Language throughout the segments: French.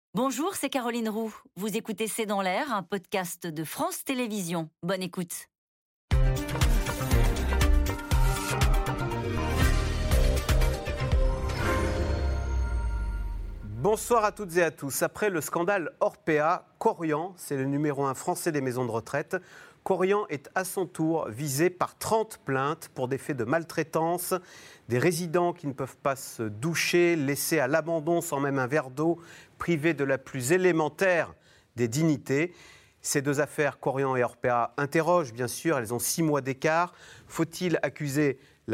Bonjour, c'est Caroline Roux. Vous écoutez C'est dans l'air, un podcast de France Télévisions. Bonne écoute. Bonsoir à toutes et à tous. Après le scandale Orpea, Korian, c'est le numéro 1 français des maisons de retraite. Korian est à son tour visé par 30 plaintes pour des faits de maltraitance, des résidents qui ne peuvent pas se doucher, laissés à l'abandon sans même un verre d'eau, privés de la plus élémentaire des dignités. Ces deux affaires, Korian et Orpea, interrogent bien sûr, elles ont 6 mois d'écart. Faut-il accuser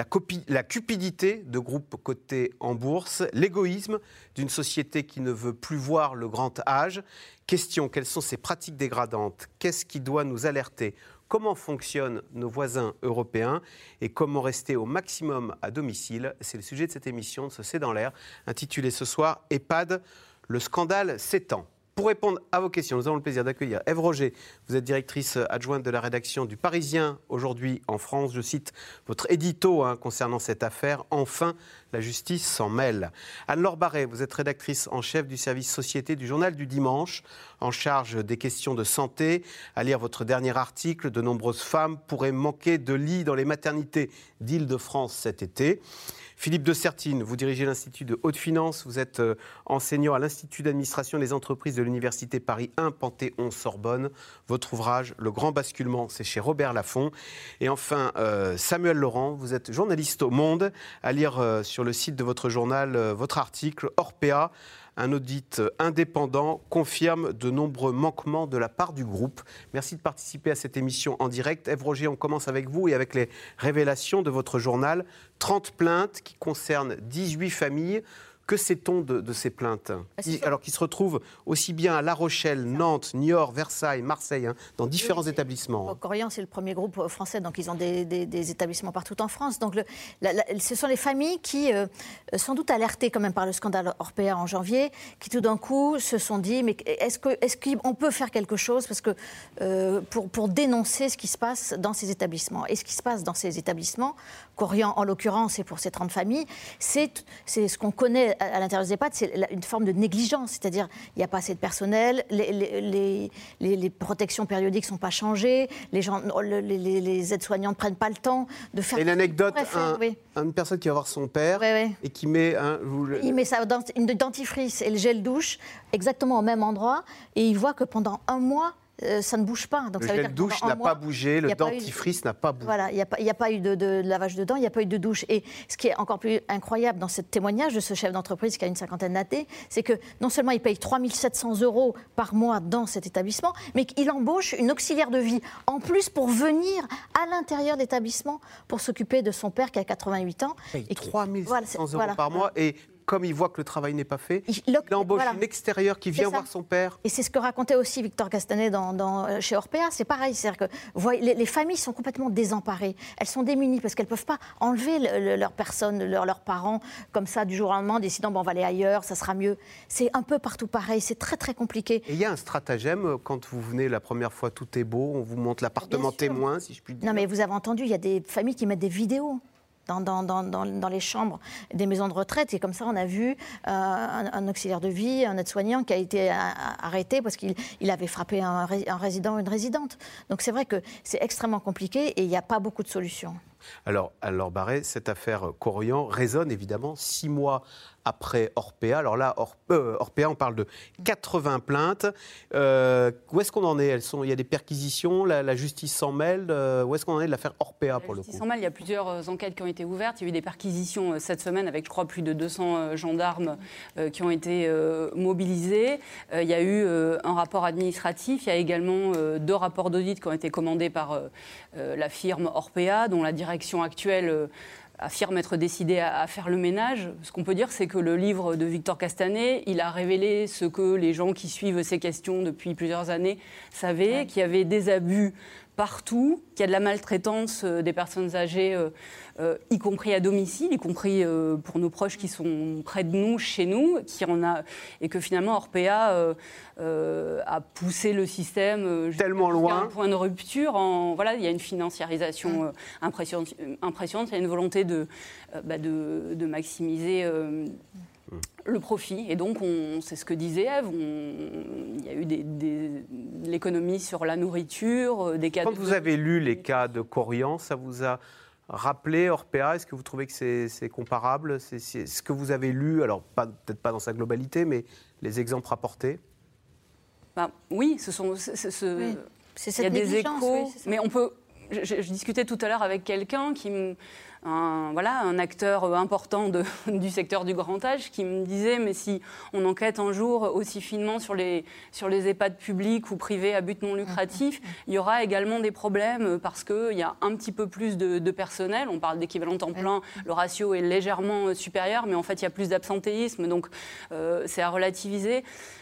la cupidité de groupes cotés en bourse, l'égoïsme d'une société qui ne veut plus voir le grand âge? Question, quelles sont ces pratiques dégradantes? Qu'est-ce qui doit nous alerter? Comment fonctionnent nos voisins européens? Et comment rester au maximum à domicile? C'est le sujet de cette émission de ce C'est dans l'air, intitulée ce soir « EHPAD, le scandale s'étend ». Pour répondre à vos questions, nous avons le plaisir d'accueillir Ève Roger. Vous êtes directrice adjointe de la rédaction du Parisien aujourd'hui en France. Je cite votre édito concernant cette affaire. Enfin, la justice s'en mêle. Anne-Laure Barret, vous êtes rédactrice en chef du service société du Journal du Dimanche, en charge des questions de santé. À lire votre dernier article, de nombreuses femmes pourraient manquer de lits dans les maternités d'Île-de-France cet été. Philippe de Sertine, vous dirigez l'Institut de Haute Finance, vous êtes enseignant à l'Institut d'administration des entreprises de l'Université Paris 1 Panthéon-Sorbonne. Votre ouvrage, Le Grand Basculement, c'est chez Robert Laffont. Et enfin, Samuel Laurent, vous êtes journaliste au Monde, à lire sur le site de votre journal votre article Orpea. Un audit indépendant confirme de nombreux manquements de la part du groupe. Merci de participer à cette émission en direct. Ève Roger, on commence avec vous et avec les révélations de votre journal. 30 plaintes qui concernent 18 familles. Que sait-on de ces plaintes? Alors qu'ils se retrouvent aussi bien à La Rochelle, Nantes, Niort, Versailles, Marseille, dans différents établissements. Korian, c'est le premier groupe français, donc ils ont des établissements partout en France. Donc ce sont les familles qui, sans doute alertées quand même par le scandale Orpea en janvier, qui tout d'un coup se sont dit, mais est-ce qu'on peut faire quelque chose parce que, pour dénoncer ce qui se passe dans ces établissements? Et ce qui se passe dans ces établissements, Korian en l'occurrence et pour ces 30 familles, c'est ce qu'on connaît à l'intérieur des EHPAD, c'est une forme de négligence, c'est-à-dire il n'y a pas assez de personnel, les protections périodiques ne sont pas changées, les aides-soignants ne prennent pas le temps de faire... Et une anecdote, une personne qui va voir son père et qui met... Il met une dentifrice et le gel douche exactement au même endroit et il voit que pendant un mois, ça ne bouge pas. Donc le ça veut gel dire douche n'a pas bougé, le dentifrice n'a pas bougé. Voilà, il n'y a pas eu de lavage de dents, il n'y a pas eu de douche. Et ce qui est encore plus incroyable dans ce témoignage de ce chef d'entreprise qui a une cinquantaine d'années, c'est que non seulement il paye 3 700 € par mois dans cet établissement, mais qu'il embauche une auxiliaire de vie en plus pour venir à l'intérieur de l'établissement pour s'occuper de son père qui a 88 ans. Il paye 3 700 € par mois et... Comme il voit que le travail n'est pas fait, il embauche une extérieure qui vient voir son père. Et c'est ce que racontait aussi Victor Castanet chez Orpea. C'est pareil, c'est-à-dire que les familles sont complètement désemparées. Elles sont démunies parce qu'elles ne peuvent pas enlever leur personne, leurs parents, comme ça, du jour au lendemain, décidant on va aller ailleurs, ça sera mieux. C'est un peu partout pareil, c'est très très compliqué. Et il y a un stratagème, quand vous venez la première fois, tout est beau, on vous montre l'appartement témoin, si je puis dire. Non mais vous avez entendu, il y a des familles qui mettent des vidéos dans les chambres des maisons de retraite. Et comme ça, on a vu un auxiliaire de vie, un aide-soignant qui a été arrêté parce qu'il avait frappé un résident ou une résidente. Donc c'est vrai que c'est extrêmement compliqué et il n'y a pas beaucoup de solutions. Alors Barret, cette affaire Korian résonne évidemment 6 mois après Orpea. Alors là, Orpea, on parle de 80 plaintes. Où est-ce qu'on en est? Il y a des perquisitions, la justice s'en mêle. Où est-ce qu'on en est de l'affaire Orpea pour le coup? La justice s'en mêle, il y a plusieurs enquêtes qui ont été ouvertes. Il y a eu des perquisitions cette semaine avec, je crois, plus de 200 gendarmes qui ont été mobilisés. Il y a eu un rapport administratif. Il y a également 2 rapports d'audit qui ont été commandés par la firme Orpea, dont la direction actuelle affirme être décidé à faire le ménage. Ce qu'on peut dire, c'est que le livre de Victor Castanet, il a révélé ce que les gens qui suivent ces questions depuis plusieurs années savaient, qu'il y avait des abus partout, qu'il y a de la maltraitance des personnes âgées, y compris à domicile, y compris pour nos proches qui sont près de nous, chez nous, et que finalement Orpea a poussé le système tellement loin, à un point de rupture. Il y a une financiarisation impressionnante, il y a une volonté de maximiser le profit. Et donc, c'est ce que disait Ève, il y a eu de l'économie sur la nourriture, des cas Quand vous avez lu les cas de Korian, ça vous a rappelé Orpea? Est-ce que vous trouvez que c'est comparable? C'est ce que vous avez lu, alors peut-être pas dans sa globalité, mais les exemples rapportés? Oui, Oui. C'est il y a cette des négligence, échos, oui, c'est ça. mais on peut... Je discutais tout à l'heure avec quelqu'un un acteur important du secteur du grand âge qui me disait mais si on enquête un jour aussi finement sur les EHPAD publics ou privés à but non lucratif, il y aura également des problèmes parce qu'il y a un petit peu plus de personnel. On parle d'équivalent temps plein, le ratio est légèrement supérieur, mais en fait il y a plus d'absentéisme, donc c'est à relativiser.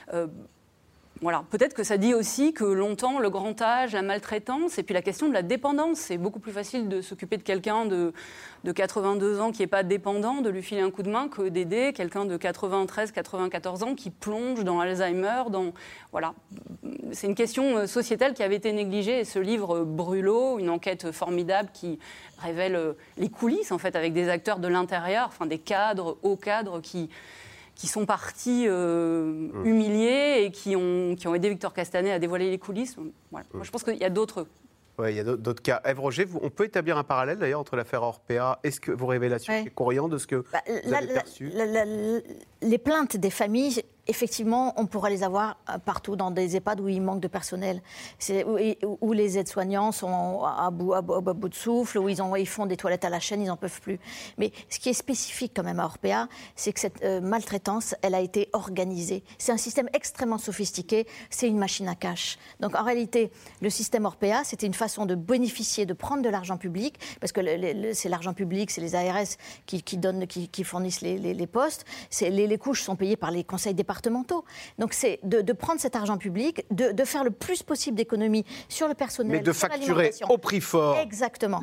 Voilà. Peut-être que ça dit aussi que longtemps, le grand âge, la maltraitance, et puis la question de la dépendance. C'est beaucoup plus facile de s'occuper de quelqu'un de 82 ans qui n'est pas dépendant, de lui filer un coup de main, que d'aider quelqu'un de 93, 94 ans qui plonge dans Alzheimer. Voilà. C'est une question sociétale qui avait été négligée. Et ce livre Brûlot, une enquête formidable qui révèle les coulisses, en fait, avec des acteurs de l'intérieur, enfin des cadres, hauts cadres qui sont partis humiliés et qui ont aidé Victor Castanet à dévoiler les coulisses. Voilà. Moi, je pense qu'il y a d'autres... Oui, il y a d'autres cas. Ève Roger, on peut établir un parallèle d'ailleurs entre l'affaire Orpea et vos révélations chez Korian de ce que vous avez perçu? Les plaintes des familles, effectivement, on pourra les avoir partout dans des EHPAD où il manque de personnel, où les aides-soignants sont à bout de souffle, où ils font des toilettes à la chaîne, ils n'en peuvent plus. Mais ce qui est spécifique quand même à Orpea, c'est que cette maltraitance, elle a été organisée. C'est un système extrêmement sophistiqué, c'est une machine à cash. Donc en réalité, le système Orpea, c'était une façon de bénéficier, de prendre de l'argent public, parce que c'est l'argent public, c'est les ARS qui fournissent les postes, les couches sont payées par les conseils départementaux. Donc c'est de prendre cet argent public, de faire le plus possible d'économies sur le personnel. Mais de facturer au prix fort. Exactement.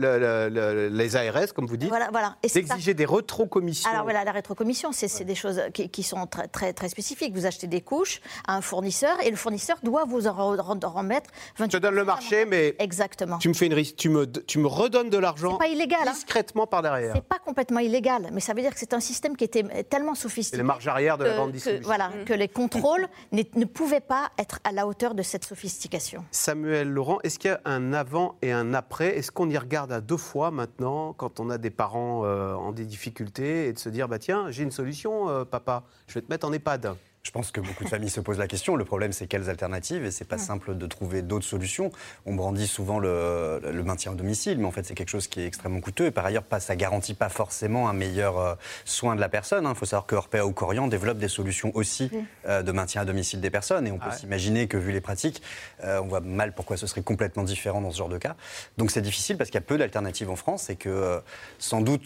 Les ARS, comme vous dites. Voilà. D'exiger des rétrocommissions. Alors voilà, la rétrocommission, c'est des choses qui sont très, très, très spécifiques. Vous achetez des couches à un fournisseur et le fournisseur doit vous en remettre 28%. Je te donne le marché, mais exactement. Tu me fais tu me redonnes de l'argent. C'est pas illégal, discrètement par derrière. C'est pas complètement illégal, mais ça veut dire que c'est un système qui était tellement sophistiqué. C'est les marges arrière de la grande distribution. Que les contrôles ne pouvaient pas être à la hauteur de cette sophistication. Samuel Laurent, est-ce qu'il y a un avant et un après? Est-ce qu'on y regarde à deux fois maintenant quand on a des parents en des difficultés et de se dire tiens, j'ai une solution, papa, je vais te mettre en EHPAD? Je pense que beaucoup de familles se posent la question. Le problème, c'est quelles alternatives, et c'est pas simple de trouver d'autres solutions. On brandit souvent le maintien au domicile, mais en fait, c'est quelque chose qui est extrêmement coûteux. Et par ailleurs, ça garantit pas forcément un meilleur soin de la personne. Il faut savoir que Orpea ou Korian développe des solutions aussi de maintien à domicile des personnes. Et on peut s'imaginer que, vu les pratiques, on voit mal pourquoi ce serait complètement différent dans ce genre de cas. Donc c'est difficile parce qu'il y a peu d'alternatives en France et que sans doute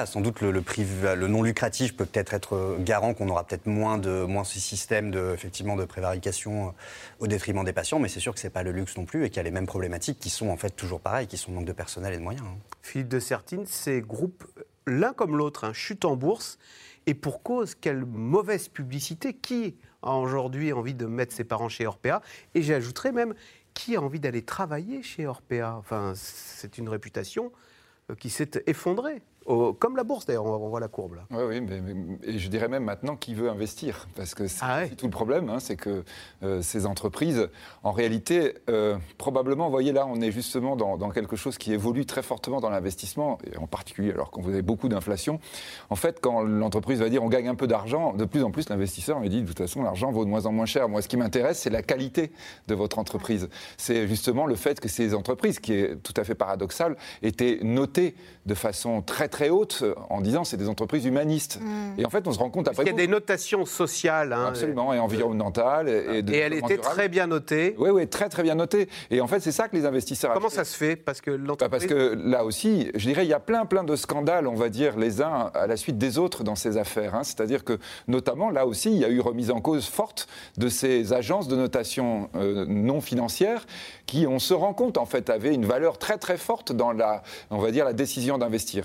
le non lucratif peut peut-être être garant qu'on aura peut-être moins ce système de prévarication au détriment des patients, mais c'est sûr que ce n'est pas le luxe non plus et qu'il y a les mêmes problématiques qui sont en fait toujours pareilles, qui sont le manque de personnel et de moyens. Philippe de Sertine, ces groupes, l'un comme l'autre, chutent en bourse, et pour cause, quelle mauvaise publicité. Qui a aujourd'hui envie de mettre ses parents chez Orpea? Et j'ajouterais même, qui a envie d'aller travailler chez Orpea? Enfin, c'est une réputation qui s'est effondrée. Comme la bourse, d'ailleurs, on voit la courbe là. Oui, mais je dirais même maintenant qui veut investir. Parce que c'est tout le problème, c'est que ces entreprises, en réalité, probablement, vous voyez là, on est justement dans quelque chose qui évolue très fortement dans l'investissement, et en particulier alors quand vous avez beaucoup d'inflation. En fait, quand l'entreprise va dire on gagne un peu d'argent, de plus en plus l'investisseur me dit de toute façon l'argent vaut de moins en moins cher. Moi, ce qui m'intéresse, c'est la qualité de votre entreprise. C'est justement le fait que ces entreprises, qui est tout à fait paradoxal, étaient notées de façon très très haute en disant c'est des entreprises humanistes. Et en fait, on se rend compte après. Il y a des notations sociales. Absolument, et environnementales. Et elle était très bien notée. Oui, très très bien notée. Et en fait, c'est ça que les investisseurs. Comment ça se fait? Parce que l'entreprise. Parce que là aussi, je dirais, il y a plein de scandales, on va dire, les uns à la suite des autres dans ces affaires. C'est-à-dire que, notamment, là aussi, il y a eu remise en cause forte de ces agences de notation non financières qui, on se rend compte, en fait, avaient une valeur très très forte dans la décision d'investir. Résultat,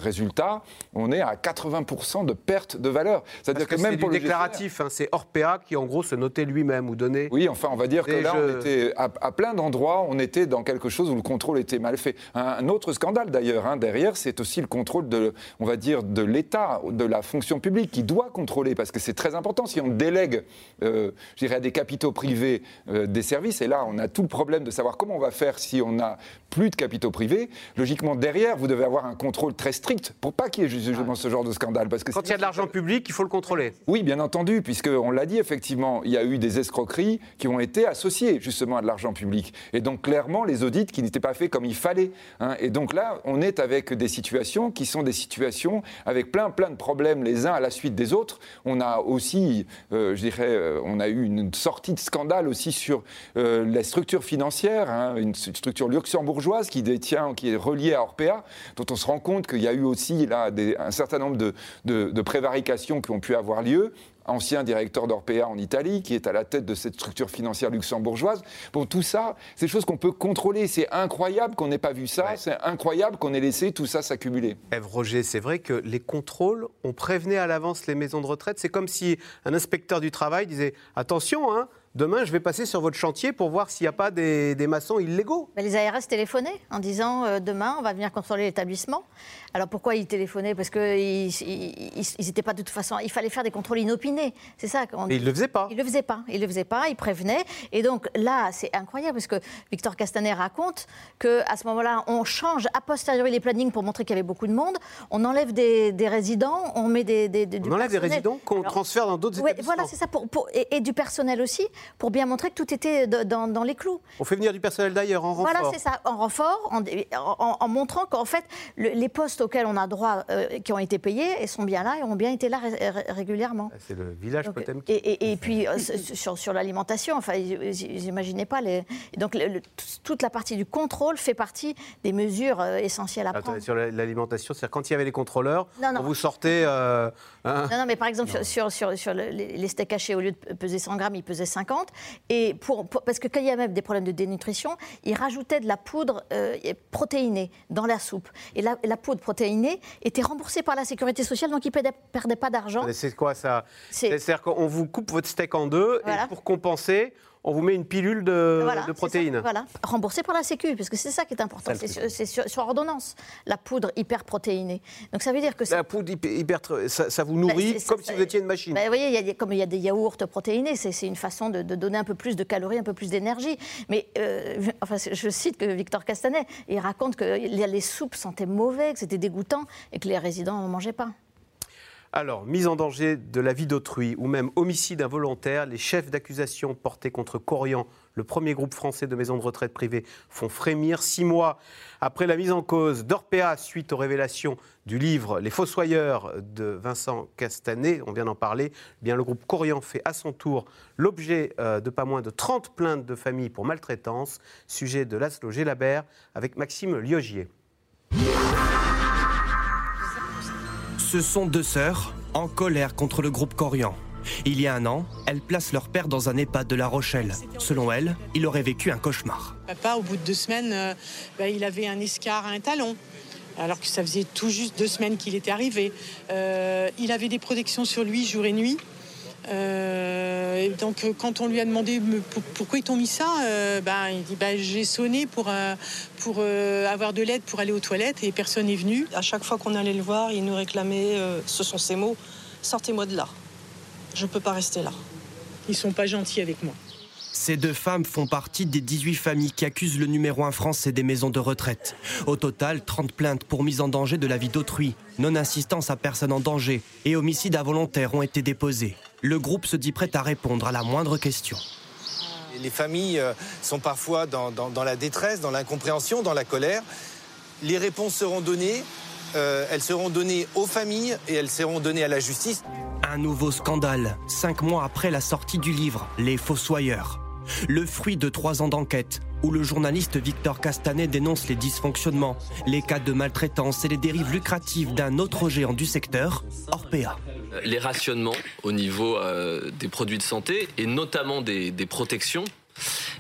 l'État, on est à 80% de perte de valeur. C'est-à-dire que même c'est pour le déclaratif, c'est Orpea qui en gros se notait lui-même ou donnait. Oui, enfin on va dire que là on était à plein d'endroits, on était dans quelque chose où le contrôle était mal fait. Un autre scandale d'ailleurs derrière, c'est aussi le contrôle on va dire de l'État, de la fonction publique qui doit contrôler, parce que c'est très important. Si on délègue, je dirais, à des capitaux privés des services, et là on a tout le problème de savoir comment on va faire si on n'a plus de capitaux privés. Logiquement, derrière, vous devez avoir un contrôle très strict pour pas qu'il y ait justement ce genre de scandale. Parce que quand il y a de l'argent public, il faut le contrôler. Oui, bien entendu, puisqu'on l'a dit, effectivement, il y a eu des escroqueries qui ont été associées justement à de l'argent public. Et donc, clairement, les audits qui n'étaient pas faits comme il fallait. Et donc là, on est avec des situations qui sont des situations avec plein de problèmes les uns à la suite des autres. On a aussi, je dirais, on a eu une sortie de scandale aussi sur la structure financière, une structure luxembourgeoise qui est reliée à Orpea, dont on se rend compte qu'il y a eu aussi là un certain nombre de prévarications qui ont pu avoir lieu. Ancien directeur d'Orpea en Italie, qui est à la tête de cette structure financière luxembourgeoise. Bon, tout ça, c'est des choses qu'on peut contrôler. C'est incroyable qu'on n'ait pas vu ça. Ouais. C'est incroyable qu'on ait laissé tout ça s'accumuler. Ève Roger, c'est vrai que les contrôles, on prévenait à l'avance les maisons de retraite. C'est comme si un inspecteur du travail disait « Attention, demain, je vais passer sur votre chantier pour voir s'il n'y a pas des maçons illégaux. » Les ARS téléphonaient en disant demain, on va venir contrôler l'établissement. Alors pourquoi ils téléphonaient ? Parce qu'ils n'étaient pas de toute façon. Il fallait faire des contrôles inopinés. C'est ça. Et ils ne le faisaient pas. Ils ne le faisaient pas. Ils prévenaient. Et donc là, c'est incroyable parce que Victor Castanet raconte qu'à ce moment-là, on change a posteriori les plannings pour montrer qu'il y avait beaucoup de monde. On enlève des résidents. On met on enlève des résidents qu'on transfère dans d'autres établissements. Voilà, c'est ça. Et du personnel aussi, pour bien montrer que tout était dans les clous. On fait venir du personnel d'ailleurs en renfort. Voilà, c'est ça, en renfort, en montrant qu'en fait, les postes auxquels on a droit, qui ont été payés, ils sont bien là et ont bien été là régulièrement. C'est le village Potemkin. Et puis, sur l'alimentation, enfin, j'imaginais pas. Donc, toute la partie du contrôle fait partie des mesures essentielles à prendre. Sur l'alimentation, c'est-à-dire quand il y avait les contrôleurs, on vous sortait... Non, mais par exemple, sur les steaks hachés, au lieu de peser 100 grammes, ils pesaient 50. Et parce que quand il y a même des problèmes de dénutrition, ils rajoutaient de la poudre protéinée dans la soupe. Et la poudre protéinée était remboursée par la Sécurité sociale, donc ils ne perdaient pas d'argent. C'est quoi ça ? C'est-à-dire qu'on vous coupe votre steak en deux, voilà. Et pour compenser... on vous met une pilule de protéines. Voilà, remboursée par la Sécu, parce que c'est ça qui est important. C'est sur ordonnance, la poudre hyperprotéinée. Donc ça veut dire que... La poudre ça vous nourrit comme si vous étiez une machine. Vous voyez, comme il y a des yaourts protéinés, c'est une façon de donner un peu plus de calories, un peu plus d'énergie. Mais je cite que Victor Castanet, il raconte que les soupes sentaient mauvais, que c'était dégoûtant et que les résidents n'en mangeaient pas. Alors, mise en danger de la vie d'autrui ou même homicide involontaire, les chefs d'accusation portés contre Korian, le premier groupe français de maisons de retraite privées, font frémir. 6 mois après la mise en cause d'Orpea suite aux révélations du livre Les Fossoyeurs de Vincent Castanet, on vient d'en parler, le groupe Korian fait à son tour l'objet de pas moins de 30 plaintes de familles pour maltraitance, sujet de Laszlo Gelabert avec Maxime Liogier. Ce sont 2 sœurs en colère contre le groupe Korian. Il y a 1 an, elles placent leur père dans un EHPAD de La Rochelle. Selon elles, il aurait vécu un cauchemar. Papa, au bout de 2 semaines, il avait un escarre à un talon, alors que ça faisait tout juste 2 semaines qu'il était arrivé. Il avait des protections sur lui jour et nuit. Donc quand on lui a demandé pourquoi ils t'ont mis ça, il dit j'ai sonné pour avoir de l'aide pour aller aux toilettes et personne n'est venu. À chaque fois qu'on allait le voir, il nous réclamait, ce sont ses mots, sortez-moi de là, je peux pas rester là. Ils sont pas gentils avec moi. Ces 2 femmes font partie des 18 familles qui accusent le numéro 1 français des maisons de retraite. Au total, 30 plaintes pour mise en danger de la vie d'autrui, non-assistance à personne en danger et homicide involontaire ont été déposées. Le groupe se dit prêt à répondre à la moindre question. Les familles sont parfois dans la détresse, dans l'incompréhension, dans la colère. Les réponses seront données. Elles seront données aux familles et elles seront données à la justice. Un nouveau scandale, 5 mois après la sortie du livre Les Fossoyeurs. Le fruit de 3 ans d'enquête, où le journaliste Victor Castanet dénonce les dysfonctionnements, les cas de maltraitance et les dérives lucratives d'un autre géant du secteur, Orpea. Les rationnements au niveau des produits de santé et notamment des protections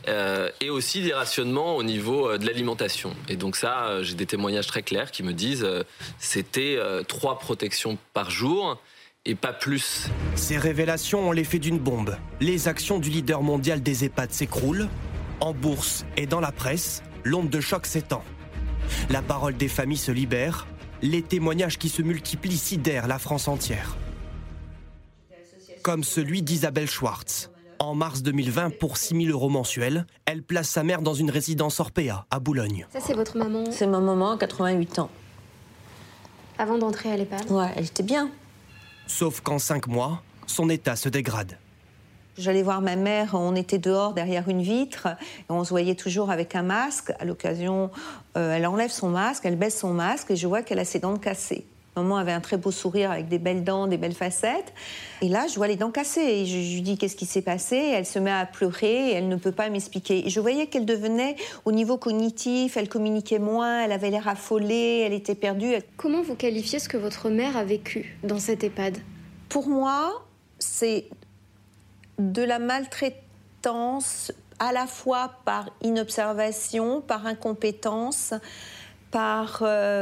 et aussi des rationnements au niveau de l'alimentation. Et donc ça, j'ai des témoignages très clairs qui me disent c'était 3 protections par jour et pas plus. Ces révélations ont l'effet d'une bombe. Les actions du leader mondial des EHPAD s'écroulent. En bourse et dans la presse, l'onde de choc s'étend. La parole des familles se libère. Les témoignages qui se multiplient sidèrent la France entière. Comme celui d'Isabelle Schwartz. En mars 2020, pour 6 000 € mensuels, elle place sa mère dans une résidence Orpea, à Boulogne. Ça, c'est votre maman? C'est ma maman, 88 ans. Avant d'entrer à l'EHPAD? Ouais, elle était bien. Sauf qu'en 5 mois, son état se dégrade. J'allais voir ma mère, on était dehors derrière une vitre, et on se voyait toujours avec un masque. À l'occasion, elle enlève son masque, elle baisse son masque, et je vois qu'elle a ses dents cassées. Maman avait un très beau sourire avec des belles dents, des belles facettes. Et là, je vois les dents cassées. Et je lui dis qu'est-ce qui s'est passé. Et elle se met à pleurer et elle ne peut pas m'expliquer. Et je voyais qu'elle devenait, au niveau cognitif, elle communiquait moins, elle avait l'air affolée, elle était perdue. Comment vous qualifiez ce que votre mère a vécu dans cet EHPAD? Pour moi, c'est de la maltraitance, à la fois par inobservation, par incompétence, par...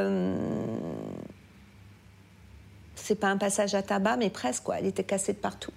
C'est pas un passage à tabac, mais presque, quoi. Elle était cassée de partout.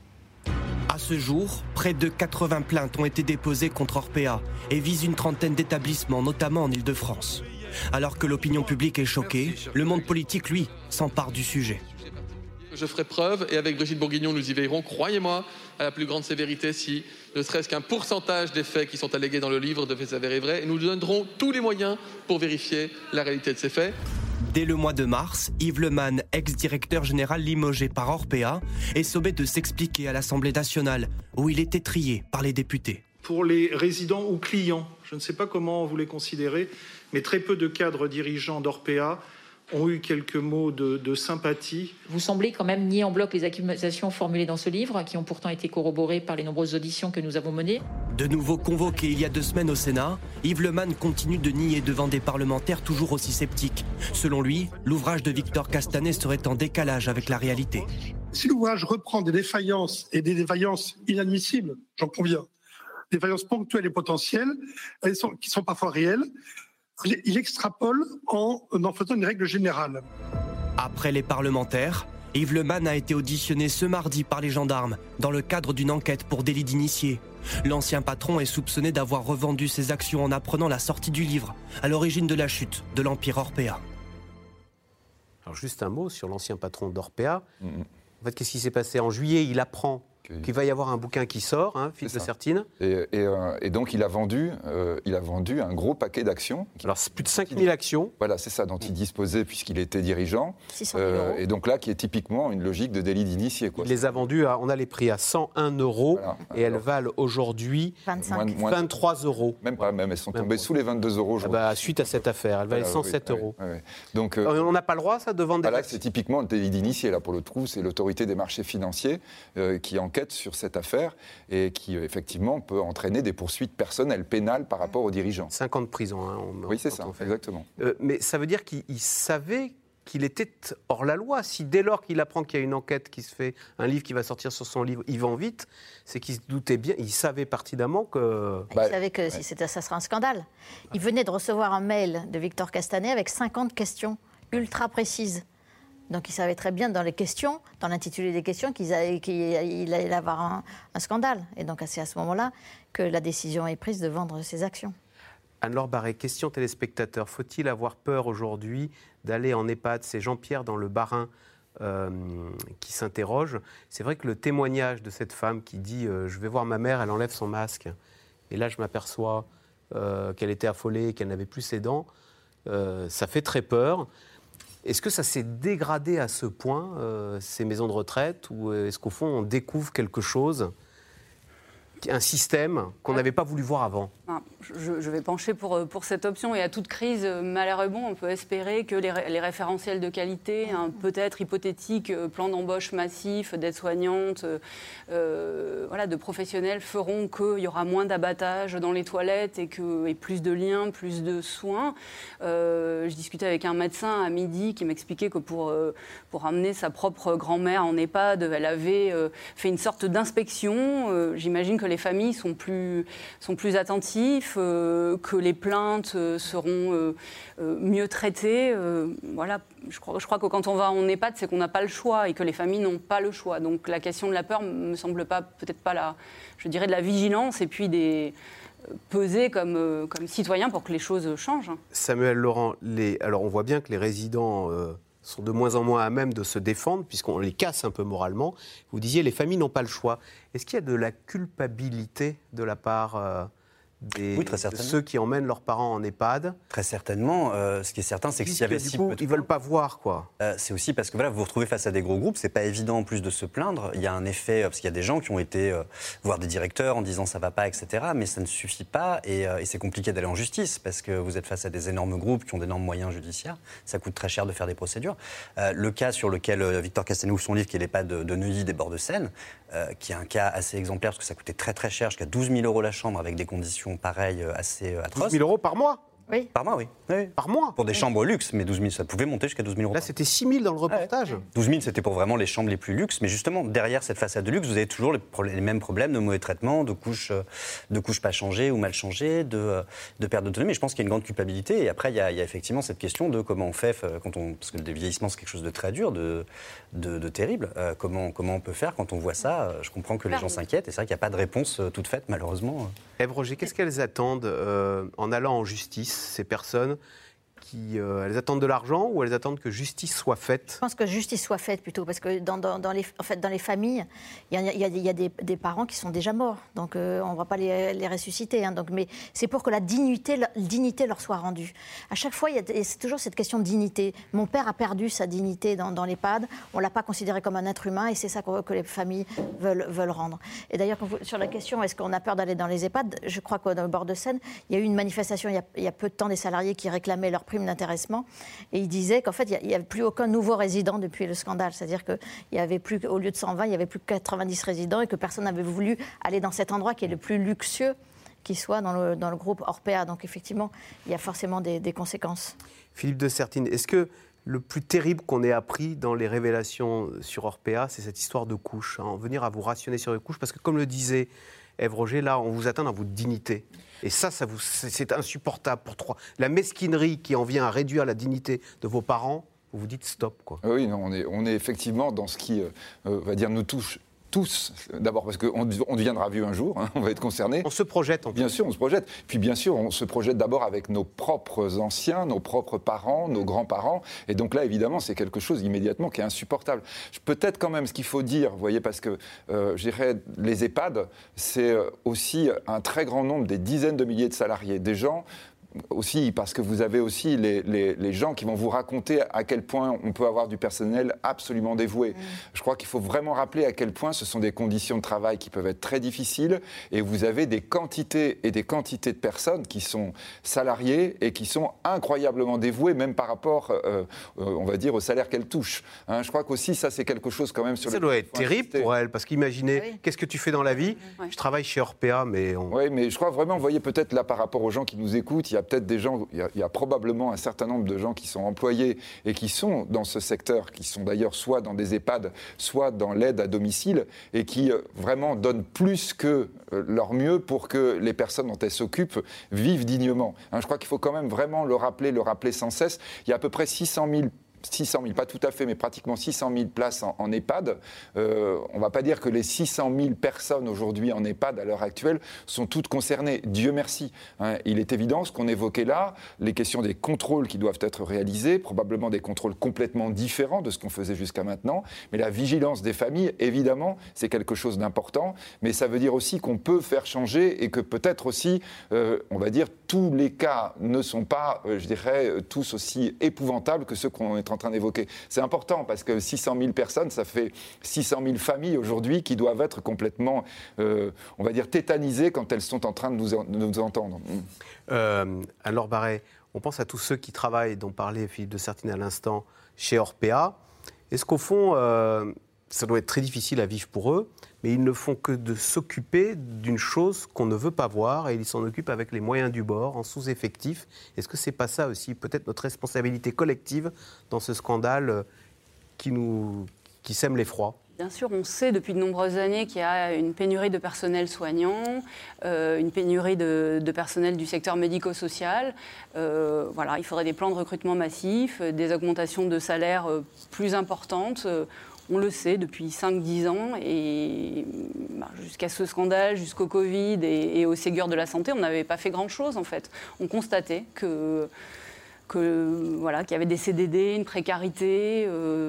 À ce jour, près de 80 plaintes ont été déposées contre Orpea et visent une trentaine d'établissements, notamment en Île-de-France. Alors que l'opinion publique est choquée, le monde politique, lui, s'empare du sujet. Je ferai preuve, et avec Brigitte Bourguignon, nous y veillerons, croyez-moi, à la plus grande sévérité si ne serait-ce qu'un pourcentage des faits qui sont allégués dans le livre devait s'avérer vrai. Et nous donnerons tous les moyens pour vérifier la réalité de ces faits. Dès le mois de mars, Yves Lemann, ex-directeur général limogé par Orpea, est sommé de s'expliquer à l'Assemblée nationale, où il était trié par les députés. Pour les résidents ou clients, je ne sais pas comment vous les considérez, mais très peu de cadres dirigeants d'Orpea ont eu quelques mots de sympathie. Vous semblez quand même nier en bloc les accusations formulées dans ce livre, qui ont pourtant été corroborées par les nombreuses auditions que nous avons menées. De nouveau convoqué il y a 2 semaines au Sénat, Yves Lemann continue de nier devant des parlementaires toujours aussi sceptiques. Selon lui, l'ouvrage de Victor Castanet serait en décalage avec la réalité. Si l'ouvrage reprend des défaillances, et des défaillances inadmissibles, j'en conviens, des défaillances ponctuelles et potentielles, qui sont parfois réelles, il extrapole en faisant une règle générale. Après les parlementaires, Yves Lemann a été auditionné ce mardi par les gendarmes dans le cadre d'une enquête pour délit d'initié. L'ancien patron est soupçonné d'avoir revendu ses actions en apprenant la sortie du livre, à l'origine de la chute de l'empire Orpea. Alors juste un mot sur l'ancien patron d'Orpea. En fait, qu'est-ce qui s'est passé? En juillet, il apprend qu'il va y avoir un bouquin qui sort, Philippe de Sertine. Et donc, il a vendu un gros paquet d'actions. Alors, c'est plus de 5000 actions. Voilà, c'est ça, dont il disposait puisqu'il était dirigeant. 600 000 €. Et donc là, qui est typiquement une logique de délit d'initié. Il les a vendus, on a les prix à 101 €, voilà. Et elles valent aujourd'hui 23 €. Même pas, elles sont tombées sous les 22 €. Suite à cette affaire, elles valaient 107 €. Oui. Donc, on n'a pas le droit, ça, de vendre des actions. Là, c'est typiquement le délit d'initié. Là, pour le trou, c'est l'autorité des marchés financiers qui enquête sur cette affaire et qui, effectivement, peut entraîner des poursuites personnelles, pénales par rapport aux dirigeants. 5 ans de prison. Oui, c'est ça, exactement. Mais ça veut dire qu'il savait qu'il était hors la loi. Si dès lors qu'il apprend qu'il y a une enquête qui se fait, un livre qui va sortir sur son livre, il vend vite, c'est qu'il se doutait bien, il savait pertinemment que... Il savait que si ça serait un scandale. Il venait de recevoir un mail de Victor Castanet avec 50 questions ultra précises. Donc il savait très bien dans les questions, dans l'intitulé des questions, qu'il allait avoir un scandale. Et donc c'est à ce moment-là que la décision est prise de vendre ses actions. Anne-Laure Barré, question téléspectateur. Faut-il avoir peur aujourd'hui d'aller en EHPAD? C'est Jean-Pierre dans le Bas-Rhin qui s'interroge. C'est vrai que le témoignage de cette femme qui dit je vais voir ma mère, elle enlève son masque. Et là je m'aperçois qu'elle était affolée, qu'elle n'avait plus ses dents. Ça fait très peur. Est-ce que ça s'est dégradé à ce point, ces maisons de retraite, ou est-ce qu'au fond, on découvre quelque chose, un système qu'on n'avait pas voulu voir avant? Je vais pencher pour cette option. Et à toute crise, malheur est bon, on peut espérer que les référentiels de qualité, un peut-être hypothétique plan d'embauche massif d'aides-soignantes, de professionnels feront qu'il y aura moins d'abattage dans les toilettes et plus de liens, plus de soins. Je discutais avec un médecin à midi qui m'expliquait que pour amener sa propre grand-mère en EHPAD, elle avait fait une sorte d'inspection. J'imagine que les familles sont plus attentives, que les plaintes seront mieux traitées. Je crois que quand on va en EHPAD, c'est qu'on n'a pas le choix et que les familles n'ont pas le choix. Donc la question de la peur me semble peut-être pas de la vigilance et puis peser comme citoyen pour que les choses changent. Samuel Laurent, alors on voit bien que les résidents sont de moins en moins à même de se défendre, puisqu'on les casse un peu moralement. Vous disiez, les familles n'ont pas le choix. Est-ce qu'il y a de la culpabilité de la part oui, très de ceux qui emmènent leurs parents en EHPAD? Très certainement. Ce qui est certain, c'est que s'il y avait si peu de... Ils ne veulent pas voir, quoi. C'est aussi parce que vous vous retrouvez face à des gros groupes, c'est pas évident en plus de se plaindre. Il y a un effet, parce qu'il y a des gens qui ont été voir des directeurs en disant ça va pas, etc. Mais ça ne suffit pas et c'est compliqué d'aller en justice parce que vous êtes face à des énormes groupes qui ont d'énormes moyens judiciaires. Ça coûte très cher de faire des procédures. Le cas sur lequel Victor Castanet ouvre son livre, qui est l'EHPAD de Neuilly des bords de Seine, qui est un cas assez exemplaire parce que ça coûtait très très cher, jusqu'à 12 000 € la chambre avec des conditions pareilles assez atroces. 12 000 € par mois? Oui. Par mois, oui. Par mois? Pour des chambres luxe, mais 12 000, ça pouvait monter jusqu'à 12 000 €. Là, c'était 6 000 dans le reportage. 12 000, c'était pour vraiment les chambres les plus luxe. Mais justement, derrière cette façade de luxe, vous avez toujours les mêmes problèmes de mauvais traitement, de couches pas changées ou mal changées, de perte d'autonomie. Je pense qu'il y a une grande culpabilité. Et après, il y a effectivement cette question de comment on fait, parce que le vieillissement, c'est quelque chose de très dur, de terrible. Comment on peut faire quand on voit ça? Je comprends que les gens s'inquiètent. Et c'est vrai qu'il n'y a pas de réponse toute faite, malheureusement. Ève Roger, qu'est-ce qu'elles attendent en allant en justice, ces personnes elles attendent de l'argent ou elles attendent que justice soit faite? Je pense que justice soit faite plutôt, parce que dans les familles, il y a des parents qui sont déjà morts, donc on ne va pas les ressusciter. Mais c'est pour que la dignité leur soit rendue. À chaque fois, c'est toujours cette question de dignité. Mon père a perdu sa dignité dans l'EHPAD, on ne l'a pas considéré comme un être humain, et c'est ça que les familles veulent rendre. Et d'ailleurs, sur la question, est-ce qu'on a peur d'aller dans les EHPAD, je crois que dans le bord de Seine, il y a eu une manifestation il y a peu de temps des salariés qui réclamaient leur prime d'intéressement, et ils disaient qu'en fait il n'y avait plus aucun nouveau résident depuis le scandale, c'est-à-dire qu'il y avait plus, au lieu de 120, il n'y avait plus que 90 résidents et que personne n'avait voulu aller dans cet endroit qui est le plus luxueux qui soit dans le groupe Orpea. Donc effectivement, il y a forcément des conséquences. Philippe de Sertine, est-ce que le plus terrible qu'on ait appris dans les révélations sur Orpea, c'est cette histoire de couches, venir à vous rationner sur les couches, parce que comme le disait Ève Roger, là, on vous atteint dans votre dignité. Et c'est insupportable pour trois. La mesquinerie qui en vient à réduire la dignité de vos parents, vous vous dites stop, quoi. Oui, non, on est effectivement dans ce qui, va dire, nous touche tous, d'abord parce qu'on deviendra vieux un jour, on va être concernés. On se projette en plus. Bien sûr, on se projette. Puis bien sûr, on se projette d'abord avec nos propres anciens, nos propres parents, nos grands-parents. Et donc là, évidemment, c'est quelque chose immédiatement qui est insupportable. Peut-être quand même ce qu'il faut dire, vous voyez, parce que je dirais, les EHPAD, c'est aussi un très grand nombre, des dizaines de milliers de salariés, des gens... Aussi, parce que vous avez aussi les gens qui vont vous raconter à quel point on peut avoir du personnel absolument dévoué. Je crois qu'il faut vraiment rappeler à quel point ce sont des conditions de travail qui peuvent être très difficiles, et vous avez des quantités et des quantités de personnes qui sont salariées et qui sont incroyablement dévouées, même par rapport, on va dire, au salaire qu'elles touchent. Je crois qu'aussi, ça, c'est quelque chose quand même sur... Ça doit être terrible pour elles, parce qu'imaginez, qu'est-ce que tu fais dans la vie? Je travaille chez Orpea, mais... Oui, mais je crois vraiment, vous voyez, peut-être là, par rapport aux gens qui nous écoutent, il y a peut-être des gens, il y a probablement un certain nombre de gens qui sont employés et qui sont dans ce secteur, qui sont d'ailleurs soit dans des EHPAD, soit dans l'aide à domicile, et qui vraiment donnent plus que leur mieux pour que les personnes dont elles s'occupent vivent dignement. Je crois qu'il faut quand même vraiment le rappeler sans cesse. Il y a à peu près 600 000, pas tout à fait, mais pratiquement 600 000 places en EHPAD. On ne va pas dire que les 600 000 personnes aujourd'hui en EHPAD à l'heure actuelle sont toutes concernées. Dieu merci. Il est évident, ce qu'on évoquait là, les questions des contrôles qui doivent être réalisés, probablement des contrôles complètement différents de ce qu'on faisait jusqu'à maintenant. Mais la vigilance des familles, évidemment, c'est quelque chose d'important. Mais ça veut dire aussi qu'on peut faire changer et que peut-être aussi, on va dire, tous les cas ne sont pas, je dirais, tous aussi épouvantables que ceux qu'on est en train d'évoquer. C'est important parce que 600 000 personnes, ça fait 600 000 familles aujourd'hui qui doivent être complètement, on va dire, tétanisées quand elles sont en train de nous entendre. Alors Barret, on pense à tous ceux qui travaillent, dont parlait Philippe de Sertine à l'instant, chez Orpea. Est-ce qu'au fond, ça doit être très difficile à vivre pour eux, mais ils ne font que de s'occuper d'une chose qu'on ne veut pas voir et ils s'en occupent avec les moyens du bord, en sous-effectif. Est-ce que c'est pas ça aussi, peut-être notre responsabilité collective dans ce scandale qui sème l'effroi ? Bien sûr, on sait depuis de nombreuses années qu'il y a une pénurie de personnel soignant, une pénurie de personnel du secteur médico-social. Voilà, il faudrait des plans de recrutement massifs, des augmentations de salaires plus importantes. On le sait depuis 5-10 ans et jusqu'à ce scandale, jusqu'au Covid et au Ségur de la santé, on n'avait pas fait grand-chose en fait. On constatait qu'il y avait des CDD, une précarité,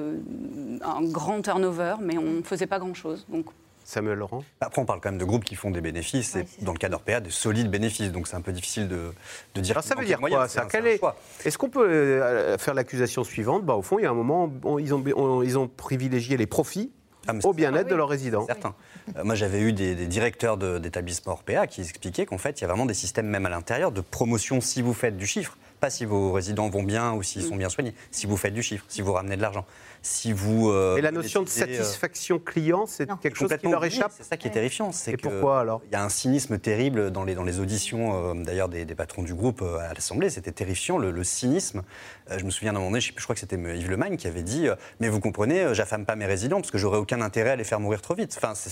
un grand turnover, mais on ne faisait pas grand-chose. Donc, Samuel Laurent. Après, on parle quand même de groupes qui font des bénéfices, et dans le cas d'Orpea, de solides bénéfices. Donc c'est un peu difficile de dire. Alors ça veut dire quoi ça ? Est-ce qu'on peut faire l'accusation suivante ? Au fond, il y a un moment, ils ont privilégié les profits au bien-être de leurs résidents. Certains. Moi, j'avais eu des directeurs d'établissements Orpea qui expliquaient qu'en fait, il y a vraiment des systèmes, même à l'intérieur, de promotion si vous faites du chiffre. Pas si vos résidents vont bien ou s'ils sont bien soignés. Si vous faites du chiffre, si vous ramenez de l'argent. Si vous, et la notion de satisfaction client, c'est quelque chose qui leur échappe. C'est ça qui est terrifiant. Et pourquoi alors ? Il y a un cynisme terrible dans les auditions, d'ailleurs des patrons du groupe à l'Assemblée. C'était terrifiant, le cynisme. Je me souviens d'un moment donné, je crois que c'était Yves Lemagne qui avait dit « Mais vous comprenez, j'affame pas mes résidents parce que j'aurais aucun intérêt à les faire mourir trop vite. » Enfin,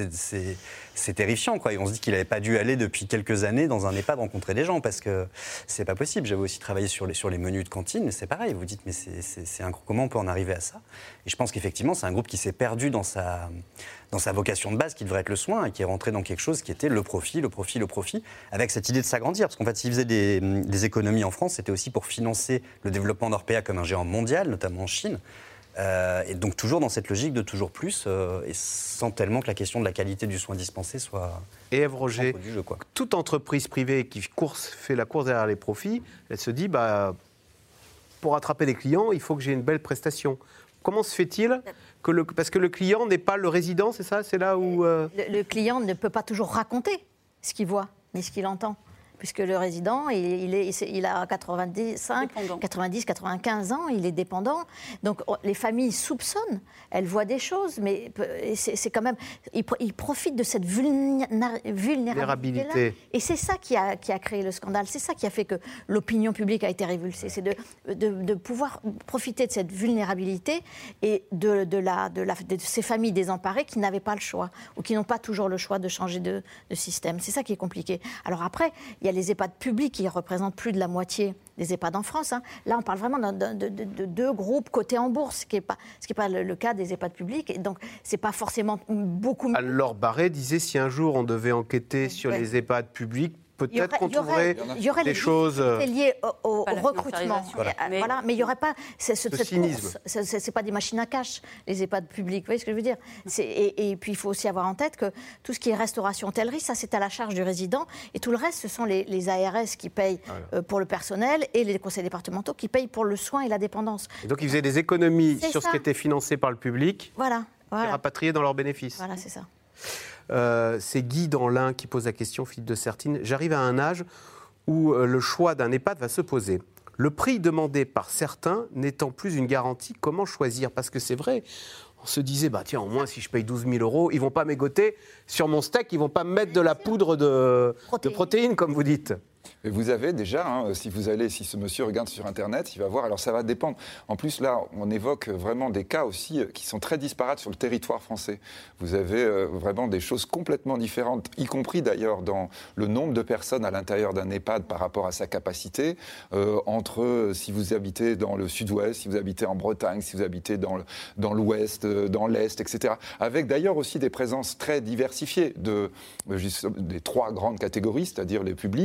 c'est terrifiant, quoi. Et on se dit qu'il n'avait pas dû aller depuis quelques années dans un EHPAD rencontrer des gens parce que c'est pas possible. J'avais aussi travaillé sur les menus de cantine, mais c'est pareil. Vous dites « Mais comment on peut en arriver à ça ?» Et je pense qu'effectivement, c'est un groupe qui s'est perdu dans sa vocation de base, qui devrait être le soin, et qui est rentré dans quelque chose qui était le profit, avec cette idée de s'agrandir. Parce qu'en fait, s'ils faisaient des économies en France, c'était aussi pour financer le développement d'Orpea comme un géant mondial, notamment en Chine. Et donc toujours dans cette logique de toujours plus, et sans tellement que la question de la qualité du soin dispensé soit... Et Ève Roger, toute entreprise privée qui fait la course derrière les profits, elle se dit, pour attraper des clients, il faut que j'ai une belle prestation. Comment se fait-il parce que le client n'est pas le résident, c'est ça ? C'est là où... Le client ne peut pas toujours raconter ce qu'il voit, mais ce qu'il entend. Puisque le résident, il a 90, 95 ans, il est dépendant. Donc les familles soupçonnent, elles voient des choses, mais c'est quand même... Ils profitent de cette vulnérabilité-là. Et c'est ça qui a créé le scandale, c'est ça qui a fait que l'opinion publique a été révulsée. C'est de pouvoir profiter de cette vulnérabilité et de ces familles désemparées qui n'avaient pas le choix, ou qui n'ont pas toujours le choix de changer de système. C'est ça qui est compliqué. Alors après, il y a les EHPAD publics qui représentent plus de la moitié des EHPAD en France. Là, on parle vraiment de deux groupes cotés en bourse, ce qui n'est pas le cas des EHPAD publics. Et donc, ce n'est pas forcément beaucoup mieux. Alors, Barret disait, si un jour on devait enquêter sur les EHPAD publics, peut-être qu'on trouverait des choses liées au recrutement. Mais il n'y aurait pas cette cynisme. Ce n'est pas des machines à cash, les EHPAD publics. Vous voyez ce que je veux dire ? Et puis, il faut aussi avoir en tête que tout ce qui est restauration, hôtellerie, ça, c'est à la charge du résident. Et tout le reste, ce sont les ARS qui payent pour le personnel et les conseils départementaux qui payent pour le soin et la dépendance. Et donc, ils faisaient des économies sur ce qui était financé par le public, qui rapatriés dans leurs bénéfices. Voilà, c'est ça. C'est Guy dans l'Ain qui pose la question, Philippe de Sertine. J'arrive à un âge où le choix d'un EHPAD va se poser. Le prix demandé par certains n'étant plus une garantie, comment choisir ? Parce que c'est vrai, on se disait, tiens, au moins si je paye 12 000 €, ils ne vont pas m'égoter sur mon steak, ils ne vont pas me mettre de la poudre de protéines, comme vous dites. Mais vous avez déjà, si ce monsieur regarde sur Internet, il va voir, alors ça va dépendre. En plus, là, on évoque vraiment des cas aussi qui sont très disparates sur le territoire français. Vous avez vraiment des choses complètement différentes, y compris d'ailleurs dans le nombre de personnes à l'intérieur d'un EHPAD par rapport à sa capacité, entre si vous habitez dans le sud-ouest, si vous habitez en Bretagne, si vous habitez dans l'ouest, dans l'est, etc. Avec d'ailleurs aussi des présences très diversifiées des trois grandes catégories, c'est-à-dire les publics, donc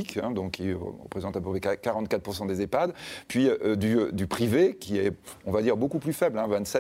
donc qui représente à peu près 44% des EHPAD, puis du privé, qui est, on va dire, beaucoup plus faible,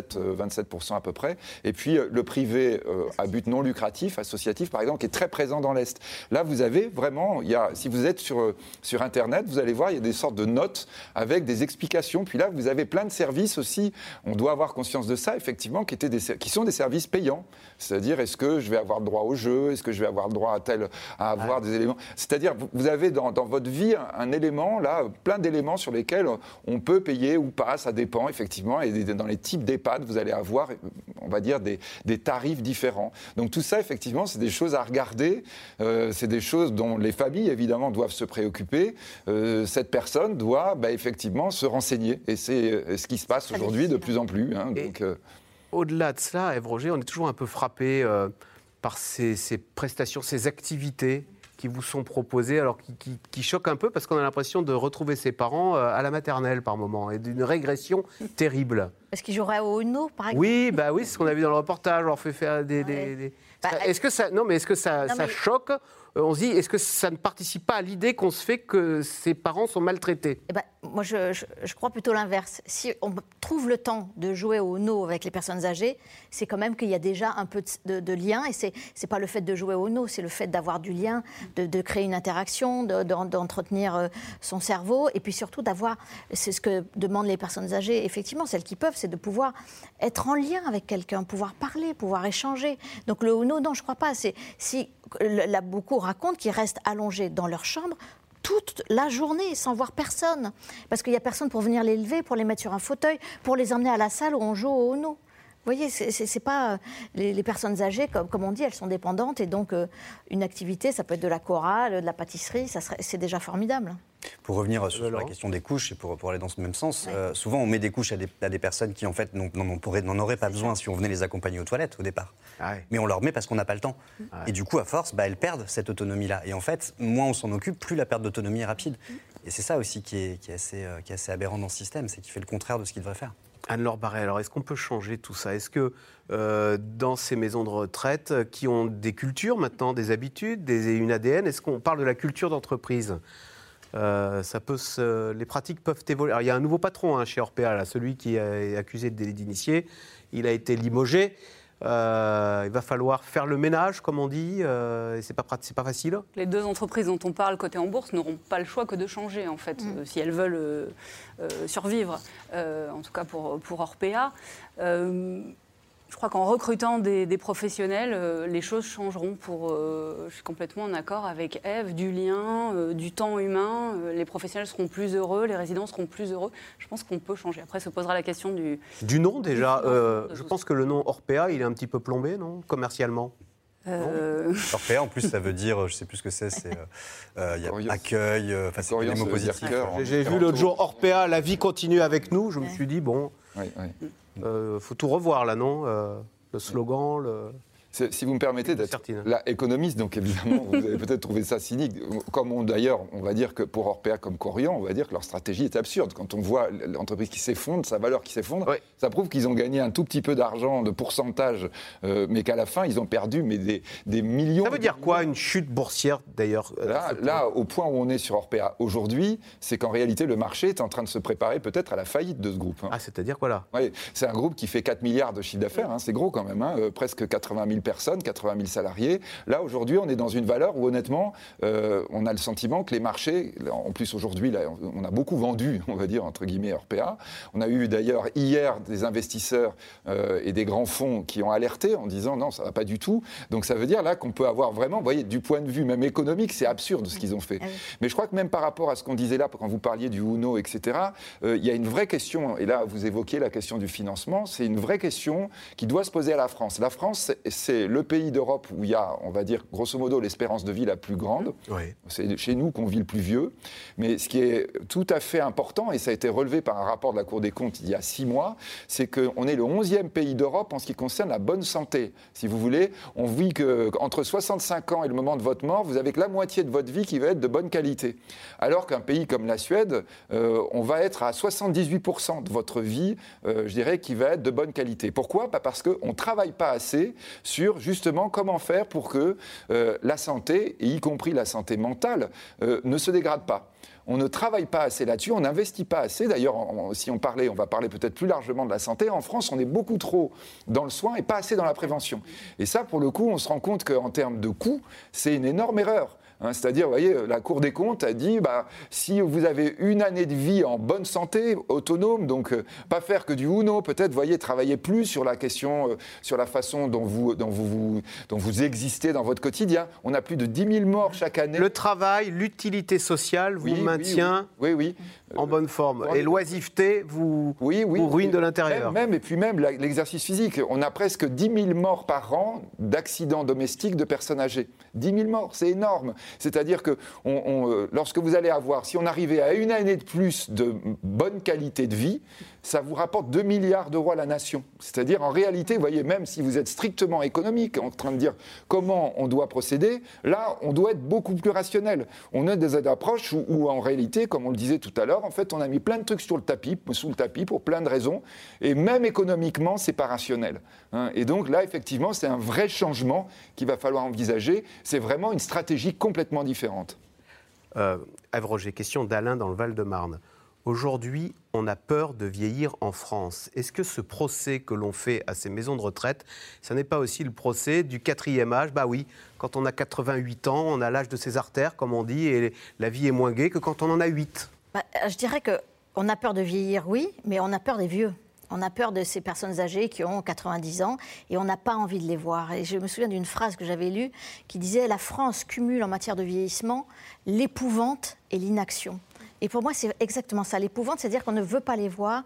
27% à peu près, et puis le privé à but non lucratif, associatif par exemple, qui est très présent dans l'Est. Là, vous avez vraiment, si vous êtes sur Internet, vous allez voir, il y a des sortes de notes avec des explications, puis là, vous avez plein de services aussi, on doit avoir conscience de ça, effectivement, qui sont des services payants. C'est-à-dire, est-ce que je vais avoir le droit au jeu, est-ce que je vais avoir le droit à avoir des éléments. C'est-à-dire, vous avez dans votre vie un élément, là, plein d'éléments sur lesquels on peut payer ou pas, ça dépend, effectivement, et dans les types d'EHPAD, vous allez avoir, on va dire, des tarifs différents. Donc tout ça, effectivement, c'est des choses à regarder, c'est des choses dont les familles, évidemment, doivent se préoccuper. Cette personne doit, effectivement, se renseigner, et c'est ce qui se passe aujourd'hui de plus en plus. Donc, au-delà de cela, Ève Roger, on est toujours un peu frappé par ces prestations, ces activités qui vous sont proposées, alors qui choquent un peu parce qu'on a l'impression de retrouver ses parents à la maternelle par moment et d'une régression terrible. Est-ce qu'ils joueraient au Uno, par exemple? Oui, c'est ce qu'on a vu dans le reportage. On leur fait faire des... Est-ce que ça choque? On se dit, est-ce que ça ne participe pas à l'idée qu'on se fait que ses parents sont maltraités? Moi, je crois plutôt l'inverse. Si on trouve le temps de jouer au Uno avec les personnes âgées, c'est quand même qu'il y a déjà un peu de lien. Et c'est pas le fait de jouer au Uno, c'est le fait d'avoir du lien, de créer une interaction, d'entretenir son cerveau. Et puis surtout d'avoir, c'est ce que demandent les personnes âgées, effectivement, celles qui peuvent, c'est de pouvoir être en lien avec quelqu'un, pouvoir parler, pouvoir échanger. Donc le Uno, non, je crois pas. Là, beaucoup racontent qu'ils restent allongés dans leur chambre toute la journée sans voir personne. Parce qu'il n'y a personne pour venir les lever, pour les mettre sur un fauteuil, pour les emmener à la salle où on joue au Uno. Vous voyez, c'est pas les personnes âgées, comme on dit, elles sont dépendantes. Et donc, une activité, ça peut être de la chorale, de la pâtisserie, c'est déjà formidable. Pour revenir sur la question des couches, et pour aller dans ce même sens, souvent on met des couches à des personnes qui en fait n'en auraient pas besoin si on venait les accompagner aux toilettes au départ. Mais on leur met parce qu'on n'a pas le temps. Et du coup, à force, elles perdent cette autonomie-là. Et en fait, moins on s'en occupe, plus la perte d'autonomie est rapide. Et c'est ça aussi qui est assez aberrant dans ce système, c'est qu'il fait le contraire de ce qu'il devrait faire. Anne-Laure Barret, alors est-ce qu'on peut changer tout ça? Est-ce que dans ces maisons de retraite qui ont des cultures maintenant, des habitudes, une ADN, est-ce qu'on parle de la culture d'entreprise? Les pratiques peuvent évoluer. Alors, il y a un nouveau patron chez Orpea, là, celui qui est accusé de délit d'initié. Il a été limogé. Il va falloir faire le ménage, comme on dit. C'est pas facile. Les deux entreprises dont on parle cotées en bourse n'auront pas le choix que de changer, en fait, si elles veulent survivre. En tout cas pour Orpea. Je crois qu'en recrutant des professionnels, les choses changeront. Je suis complètement en accord avec Ève, du lien, du temps humain. Les professionnels seront plus heureux, les résidents seront plus heureux. Je pense qu'on peut changer. Après, se posera la question du nom, déjà. Je pense que le nom Orpea, il est un petit peu plombé, non, commercialement? Orpea, en plus, ça veut dire, je ne sais plus ce que c'est y a accueil, c'est des mots positifs. J'ai vu l'autre jour Orpea, la vie continue avec nous. Je me suis dit, bon, faut tout revoir là, non? Le slogan, Si vous me permettez d'être économiste, donc évidemment, vous avez peut-être trouvé ça cynique. D'ailleurs, on va dire que pour Orpea comme Korian, on va dire que leur stratégie est absurde. Quand on voit l'entreprise qui s'effondre, sa valeur qui s'effondre, ça prouve qu'ils ont gagné un tout petit peu d'argent, de pourcentage, mais qu'à la fin, ils ont perdu des millions. Ça veut dire quoi, une chute boursière, d'ailleurs? Là, au point où on est sur Orpea aujourd'hui, c'est qu'en réalité, le marché est en train de se préparer peut-être à la faillite de ce groupe. C'est-à-dire quoi, là? C'est un groupe qui fait 4 milliards de chiffre d'affaires, c'est gros quand même, presque 80 000 personnes, 80 000 salariés. Là, aujourd'hui, on est dans une valeur où, honnêtement, on a le sentiment que les marchés, en plus, aujourd'hui, on a beaucoup vendu, on va dire, entre guillemets, Orpea. On a eu d'ailleurs hier des investisseurs et des grands fonds qui ont alerté en disant non, ça ne va pas du tout. Donc, ça veut dire là qu'on peut avoir vraiment, vous voyez, du point de vue même économique, c'est absurde ce qu'ils ont fait. Mais je crois que même par rapport à ce qu'on disait là, quand vous parliez du Uno, etc., il y a une vraie question, et là, vous évoquiez la question du financement, c'est une vraie question qui doit se poser à la France. La France, c'est le pays d'Europe où il y a, on va dire, grosso modo, l'espérance de vie la plus grande. C'est chez nous qu'on vit le plus vieux. Mais ce qui est tout à fait important, et ça a été relevé par un rapport de la Cour des comptes il y a 6 mois, c'est qu'on est le 11e pays d'Europe en ce qui concerne la bonne santé. Si vous voulez, on vit qu'entre 65 ans et le moment de votre mort, vous avez que la moitié de votre vie qui va être de bonne qualité. Alors qu'un pays comme la Suède, on va être à 78% de votre vie, je dirais, qui va être de bonne qualité. Pourquoi? Parce qu'on ne travaille pas assez sur sur justement comment faire pour que la santé, et y compris la santé mentale, ne se dégrade pas. On ne travaille pas assez là-dessus, on n'investit pas assez. D'ailleurs, si on va parler peut-être plus largement de la santé. En France, on est beaucoup trop dans le soin et pas assez dans la prévention. Et ça, pour le coup, on se rend compte qu'en termes de coûts, c'est une énorme erreur. C'est-à-dire, vous voyez, la Cour des comptes a dit, si vous avez une année de vie en bonne santé, autonome, donc pas faire que du Uno, peut-être, voyez, travailler plus sur la question, sur la façon dont vous existez dans votre quotidien. On a plus de 10 000 morts chaque année. Le travail, l'utilité sociale vous maintient en bonne forme. Et l'oisiveté vous ruine de l'intérieur. Et puis même l'exercice physique. On a presque 10 000 morts par an d'accidents domestiques de personnes âgées. 10 000 morts, c'est énorme. C'est-à-dire que lorsque vous allez avoir, si on arrivait à une année de plus de bonne qualité de vie, ça vous rapporte 2 milliards d'euros à la nation. C'est-à-dire, en réalité, vous voyez, même si vous êtes strictement économique, en train de dire comment on doit procéder, là, on doit être beaucoup plus rationnel. On a des approches où, en réalité, comme on le disait tout à l'heure, en fait, on a mis plein de trucs sous le tapis pour plein de raisons, et même économiquement, c'est pas rationnel. Et donc là, effectivement, c'est un vrai changement qu'il va falloir envisager. C'est vraiment une stratégie complètement différente. Ève Roger, question d'Alain dans le Val-de-Marne. Aujourd'hui, on a peur de vieillir en France. Est-ce que ce procès que l'on fait à ces maisons de retraite, ça n'est pas aussi le procès du 4e âge ? Bah oui, quand on a 88 ans, on a l'âge de ses artères, comme on dit, et la vie est moins gaie que quand on en a 8. Je dirais qu'on a peur de vieillir, oui, mais on a peur des vieux. On a peur de ces personnes âgées qui ont 90 ans et on n'a pas envie de les voir. Et je me souviens d'une phrase que j'avais lue qui disait « La France cumule en matière de vieillissement l'épouvante et l'inaction ». Et pour moi, c'est exactement ça. L'épouvante, c'est-à-dire qu'on ne veut pas les voir.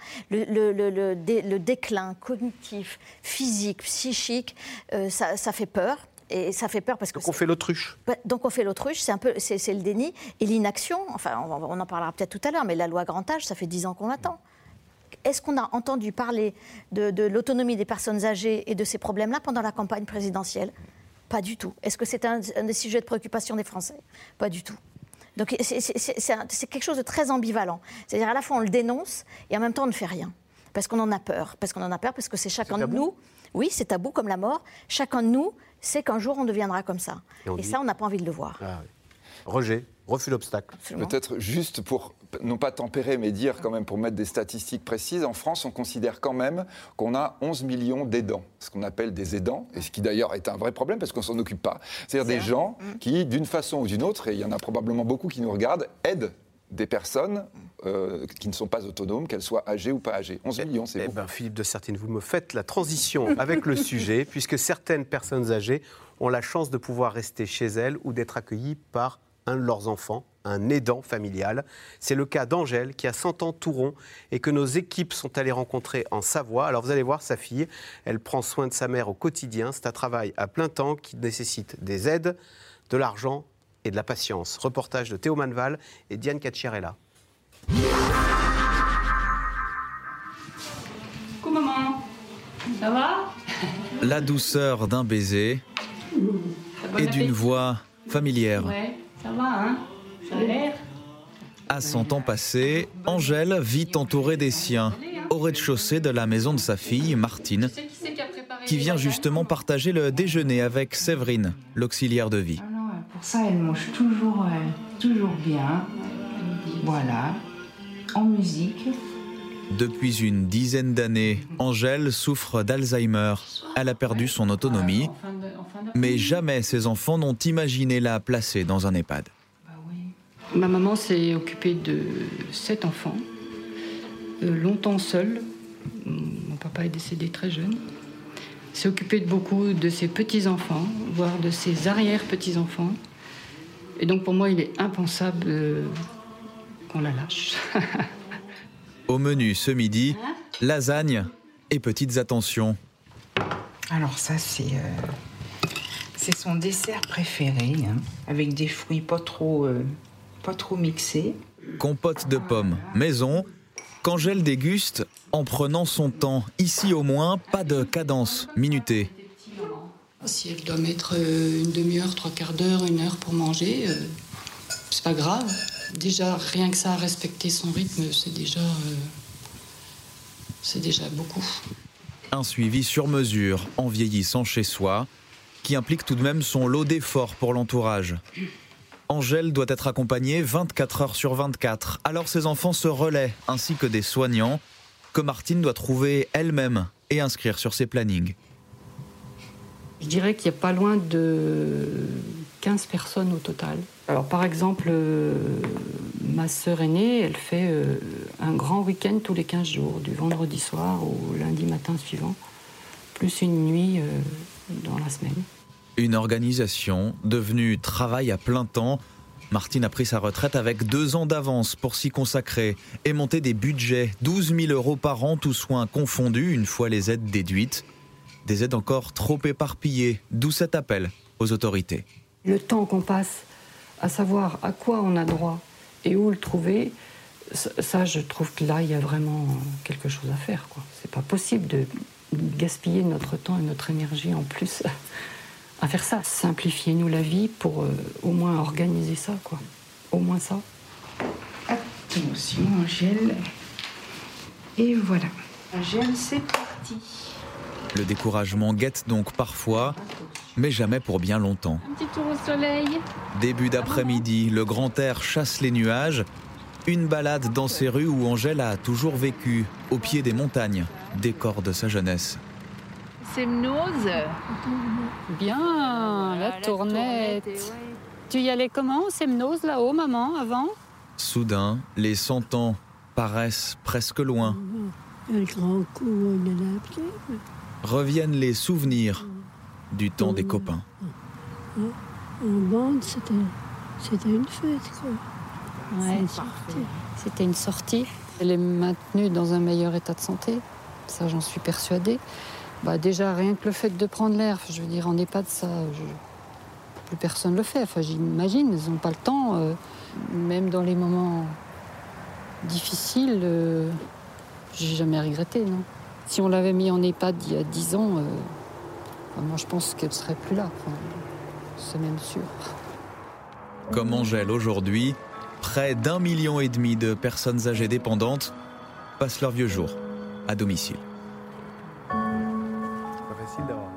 Le déclin cognitif, physique, psychique, ça fait peur. Et ça fait peur parce que... Donc on fait l'autruche. Donc on fait l'autruche, c'est le déni. Et l'inaction, enfin on en parlera peut-être tout à l'heure, mais la loi grand âge, ça fait 10 ans qu'on l'attend. Est-ce qu'on a entendu parler de l'autonomie des personnes âgées et de ces problèmes-là pendant la campagne présidentielle ? Pas du tout. Est-ce que c'est un des sujets de préoccupation des Français ? Pas du tout. Donc c'est quelque chose de très ambivalent. C'est-à-dire à la fois on le dénonce et en même temps on ne fait rien. Parce qu'on en a peur. Parce que c'est chacun de nous. Oui, c'est tabou comme la mort. Chacun de nous sait qu'un jour on deviendra comme ça. Et ça, on n'a pas envie de le voir. Ah, oui. Roger, refus d'obstacle. Peut-être juste pour, non pas tempérer, mais dire quand même, pour mettre des statistiques précises, en France, on considère quand même qu'on a 11 millions d'aidants, ce qu'on appelle des aidants, et ce qui d'ailleurs est un vrai problème parce qu'on ne s'en occupe pas. C'est-à-dire des gens qui, d'une façon ou d'une autre, et il y en a probablement beaucoup qui nous regardent, aident des personnes qui ne sont pas autonomes, qu'elles soient âgées ou pas âgées. 11 millions, c'est beaucoup. Philippe de Sertine, vous me faites la transition avec le sujet, puisque certaines personnes âgées ont la chance de pouvoir rester chez elles ou d'être accueillies par un de leurs enfants, un aidant familial. C'est le cas d'Angèle, qui a 100 ans tout rond et que nos équipes sont allées rencontrer en Savoie. Alors vous allez voir, sa fille, elle prend soin de sa mère au quotidien. C'est un travail à plein temps qui nécessite des aides, de l'argent et de la patience. Reportage de Théo Manval et Diane Cacciarella. Coucou maman, ça va ? La douceur d'un baiser et d'une voix familière. Ouais, ça va, hein ? Ça a l'air. À 100 ans passés, Angèle vit entourée des siens, au rez-de-chaussée de la maison de sa fille, Martine, qui vient justement partager le déjeuner avec Séverine, l'auxiliaire de vie. Pour ça, elle mange toujours bien, voilà, en musique. Depuis une dizaine d'années, Angèle souffre d'Alzheimer. Elle a perdu son autonomie, mais jamais ses enfants n'ont imaginé la placer dans un EHPAD. Ma maman s'est occupée de 7 enfants, longtemps seule. Mon papa est décédé très jeune. S'est occupée de beaucoup de ses petits-enfants, voire de ses arrière-petits-enfants. Et donc pour moi, il est impensable qu'on la lâche. Au menu ce midi, lasagne et petites attentions. Alors ça, c'est son dessert préféré, hein, avec des fruits pas trop mixés. Compote de pommes maison, qu'Angèle déguste en prenant son temps. Ici au moins, pas de cadence minutée. Si elle doit mettre une demi-heure, 3/4 d'heure, 1 heure pour manger, c'est pas grave. Déjà, rien que ça, respecter son rythme, c'est déjà beaucoup. Un suivi sur mesure en vieillissant chez soi, qui implique tout de même son lot d'efforts pour l'entourage. Angèle doit être accompagnée 24 heures sur 24, alors ses enfants se relaient, ainsi que des soignants, que Martine doit trouver elle-même et inscrire sur ses plannings. Je dirais qu'il y a pas loin de 15 personnes au total. Alors par exemple, ma sœur aînée, elle fait un grand week-end tous les 15 jours, du vendredi soir au lundi matin suivant, plus une nuit dans la semaine. Une organisation devenue travail à plein temps. Martine a pris sa retraite avec 2 ans d'avance pour s'y consacrer et monter des budgets, 12 000 € par an, tous soins confondus, une fois les aides déduites. Des aides encore trop éparpillées, d'où cet appel aux autorités. Le temps qu'on passe à savoir à quoi on a droit et où le trouver, ça je trouve que là il y a vraiment quelque chose à faire, quoi. C'est pas possible de gaspiller notre temps et notre énergie en plus à faire ça. Simplifiez-nous la vie pour au moins organiser ça, quoi. Au moins ça. Attention, Angèle. Et voilà. Angèle, c'est parti. Le découragement guette donc parfois, mais jamais pour bien longtemps. Un petit tour au soleil. Début d'après-midi, le grand air chasse les nuages. Une balade dans ces rues où Angèle a toujours vécu, au pied des montagnes, décor de sa jeunesse. Semnoz. Bien, la tournette. Tu y allais comment, Semnoz, là-haut, maman, avant? Soudain, les 100 ans paraissent presque loin. Un grand coup, on a la pied. Reviennent les souvenirs du temps des copains. En bande, c'était une fête, quoi. Ouais, c'était une sortie. Elle est maintenue dans un meilleur état de santé, ça j'en suis persuadée. Bah, déjà, rien que le fait de prendre l'air, je veux dire, en EHPAD, ça, plus personne ne le fait. Enfin, j'imagine, ils n'ont pas le temps. Même dans les moments difficiles, j'ai jamais regretté, non. Si on l'avait mis en EHPAD il y a 10 ans, moi je pense qu'elle ne serait plus là. Enfin, c'est même sûr. Comme Angèle aujourd'hui, près d'1,5 million de personnes âgées dépendantes passent leurs vieux jours à domicile. C'est pas facile d'avoir.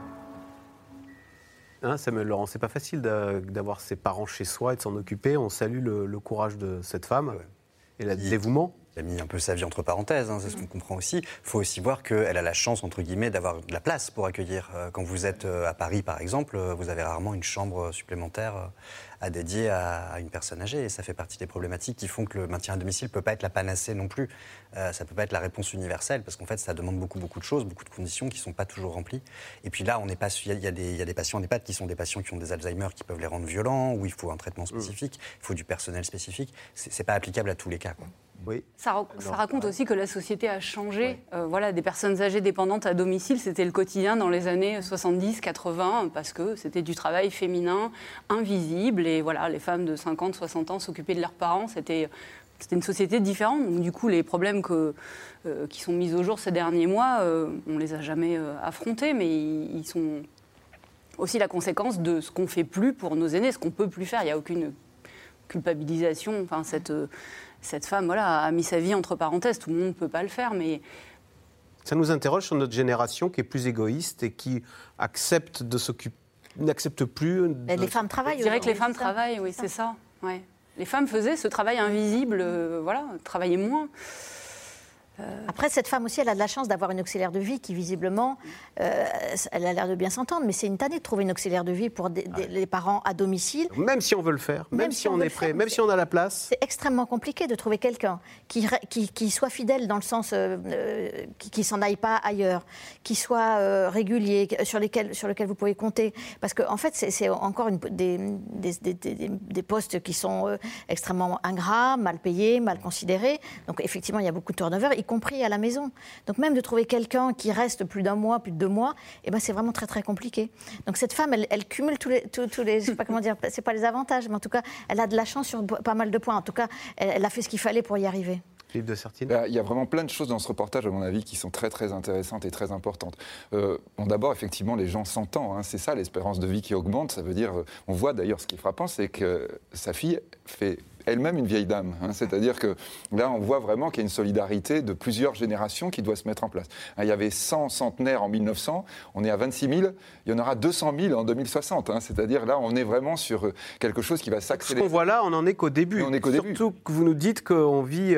Hein, Samuel Laurent, c'est pas facile d'avoir ses parents chez soi et de s'en occuper. On salue le courage de cette femme et le dévouement. Elle a mis un peu sa vie entre parenthèses, hein, c'est ce qu'on comprend aussi. Il faut aussi voir qu'elle a la chance, entre guillemets, d'avoir de la place pour accueillir. Quand vous êtes à Paris, par exemple, vous avez rarement une chambre supplémentaire à dédier à une personne âgée. Et ça fait partie des problématiques qui font que le maintien à domicile ne peut pas être la panacée non plus. Ça ne peut pas être la réponse universelle, parce qu'en fait, ça demande beaucoup de choses, beaucoup de conditions qui ne sont pas toujours remplies. Et puis là, il y a des patients en EHPAD qui sont des patients qui ont des Alzheimer qui peuvent les rendre violents, où il faut un traitement spécifique, il faut du personnel spécifique. Ce n'est pas applicable à tous les cas, quoi. Oui. Ça raconte aussi que la société a changé. Voilà, des personnes âgées dépendantes à domicile, c'était le quotidien dans les années 70-80, parce que c'était du travail féminin, invisible. Et voilà, les femmes de 50-60 ans s'occupaient de leurs parents. C'était une société différente. Donc, du coup, les problèmes qui sont mis au jour ces derniers mois, on ne les a jamais affrontés, mais ils sont aussi la conséquence de ce qu'on ne fait plus pour nos aînés, ce qu'on ne peut plus faire. Il n'y a aucune culpabilisation. Enfin, cette femme, voilà, a mis sa vie entre parenthèses. Tout le monde ne peut pas le faire, mais... Ça nous interroge sur notre génération qui est plus égoïste et qui n'accepte plus... Les femmes travaillent. Je dirais que les femmes travaillent, oui, c'est ça. Ouais. Les femmes faisaient ce travail invisible, travaillaient moins. Après, cette femme aussi, elle a de la chance d'avoir une auxiliaire de vie qui, visiblement, elle a l'air de bien s'entendre, mais c'est une tannée de trouver une auxiliaire de vie pour les parents à domicile. Même si on veut le faire, même si on est prêt, même si on a la place. C'est extrêmement compliqué de trouver quelqu'un qui soit fidèle dans le sens qui s'en aille pas ailleurs, qui soit régulier, sur lequel vous pouvez compter. Parce qu'en fait, c'est encore des postes qui sont extrêmement ingrats, mal payés, mal considérés. Donc effectivement, il y a beaucoup de turnover, y compris à la maison. Donc même de trouver quelqu'un qui reste plus d'1 mois, plus de 2 mois, c'est vraiment très très compliqué. Donc cette femme, elle cumule tous les je sais pas comment dire, c'est pas les avantages, mais en tout cas, elle a de la chance sur pas mal de points. En tout cas, elle a fait ce qu'il fallait pour y arriver. Philippe de Sertine. Il y a vraiment plein de choses dans ce reportage, à mon avis, qui sont très très intéressantes et très importantes. D'abord, effectivement, les gens s'entendent. Hein, c'est ça, l'espérance de vie qui augmente. Ça veut dire, on voit d'ailleurs ce qui est frappant, c'est que sa fille fait elle-même une vieille dame. C'est-à-dire que là, on voit vraiment qu'il y a une solidarité de plusieurs générations qui doit se mettre en place. Il y avait 100 centenaires en 1900, on est à 26 000, il y en aura 200 000 en 2060. C'est-à-dire là, on est vraiment sur quelque chose qui va s'accélérer. Ce qu'on voit là, on n'en est qu'au début. Surtout que vous nous dites qu'on vit...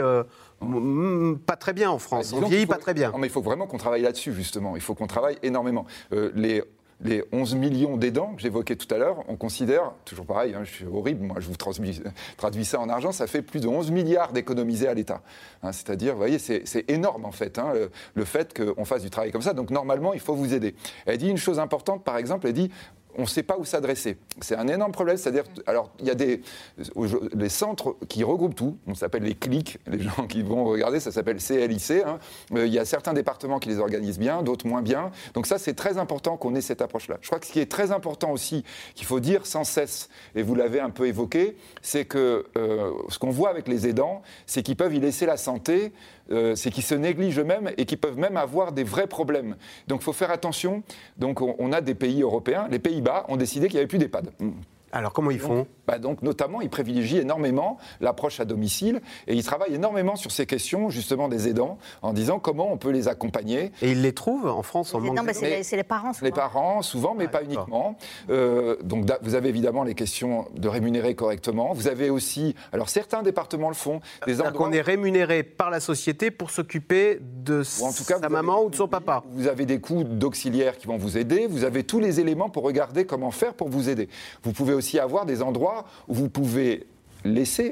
pas très bien en France, on vieillit pas très bien. Non, mais il faut vraiment qu'on travaille là-dessus, justement. Il faut qu'on travaille énormément. Les 11 millions d'aidants que j'évoquais tout à l'heure, on considère, toujours pareil, je suis horrible, moi je vous traduis ça en argent, ça fait plus de 11 milliards d'économisés à l'État. C'est-à-dire, vous voyez, c'est énorme en fait, le fait qu'on fasse du travail comme ça. Donc normalement, il faut vous aider. Elle dit une chose importante, par exemple, elle dit... On ne sait pas où s'adresser. C'est un énorme problème. C'est-à-dire, alors, il y a les centres qui regroupent tout. On s'appelle les CLIC. Les gens qui vont regarder, ça s'appelle CLIC. Il y a certains départements qui les organisent bien, d'autres moins bien. Donc ça, c'est très important qu'on ait cette approche-là. Je crois que ce qui est très important aussi, qu'il faut dire sans cesse, et vous l'avez un peu évoqué, c'est que ce qu'on voit avec les aidants, c'est qu'ils peuvent y laisser la santé, c'est qu'ils se négligent eux-mêmes et qu'ils peuvent même avoir des vrais problèmes. Donc il faut faire attention. Donc on a des pays européens, les Pays-Bas ont décidé qu'il n'y avait plus d'EHPAD. Alors comment ils font ? Donc notamment, ils privilégient énormément l'approche à domicile et ils travaillent énormément sur ces questions justement des aidants en disant comment on peut les accompagner. Et ils les trouvent en France en manque de... C'est les parents souvent. Les parents souvent, mais pas uniquement. Donc vous avez évidemment les questions de rémunérer correctement. Vous avez aussi, alors certains départements le font, des endroits... qu'on est rémunéré par la société pour s'occuper de sa maman ou de son papa. Vous avez des coûts d'auxiliaires qui vont vous aider. Vous avez tous les éléments pour regarder comment faire pour vous aider. Vous pouvez aussi avoir des endroits où vous pouvez laisser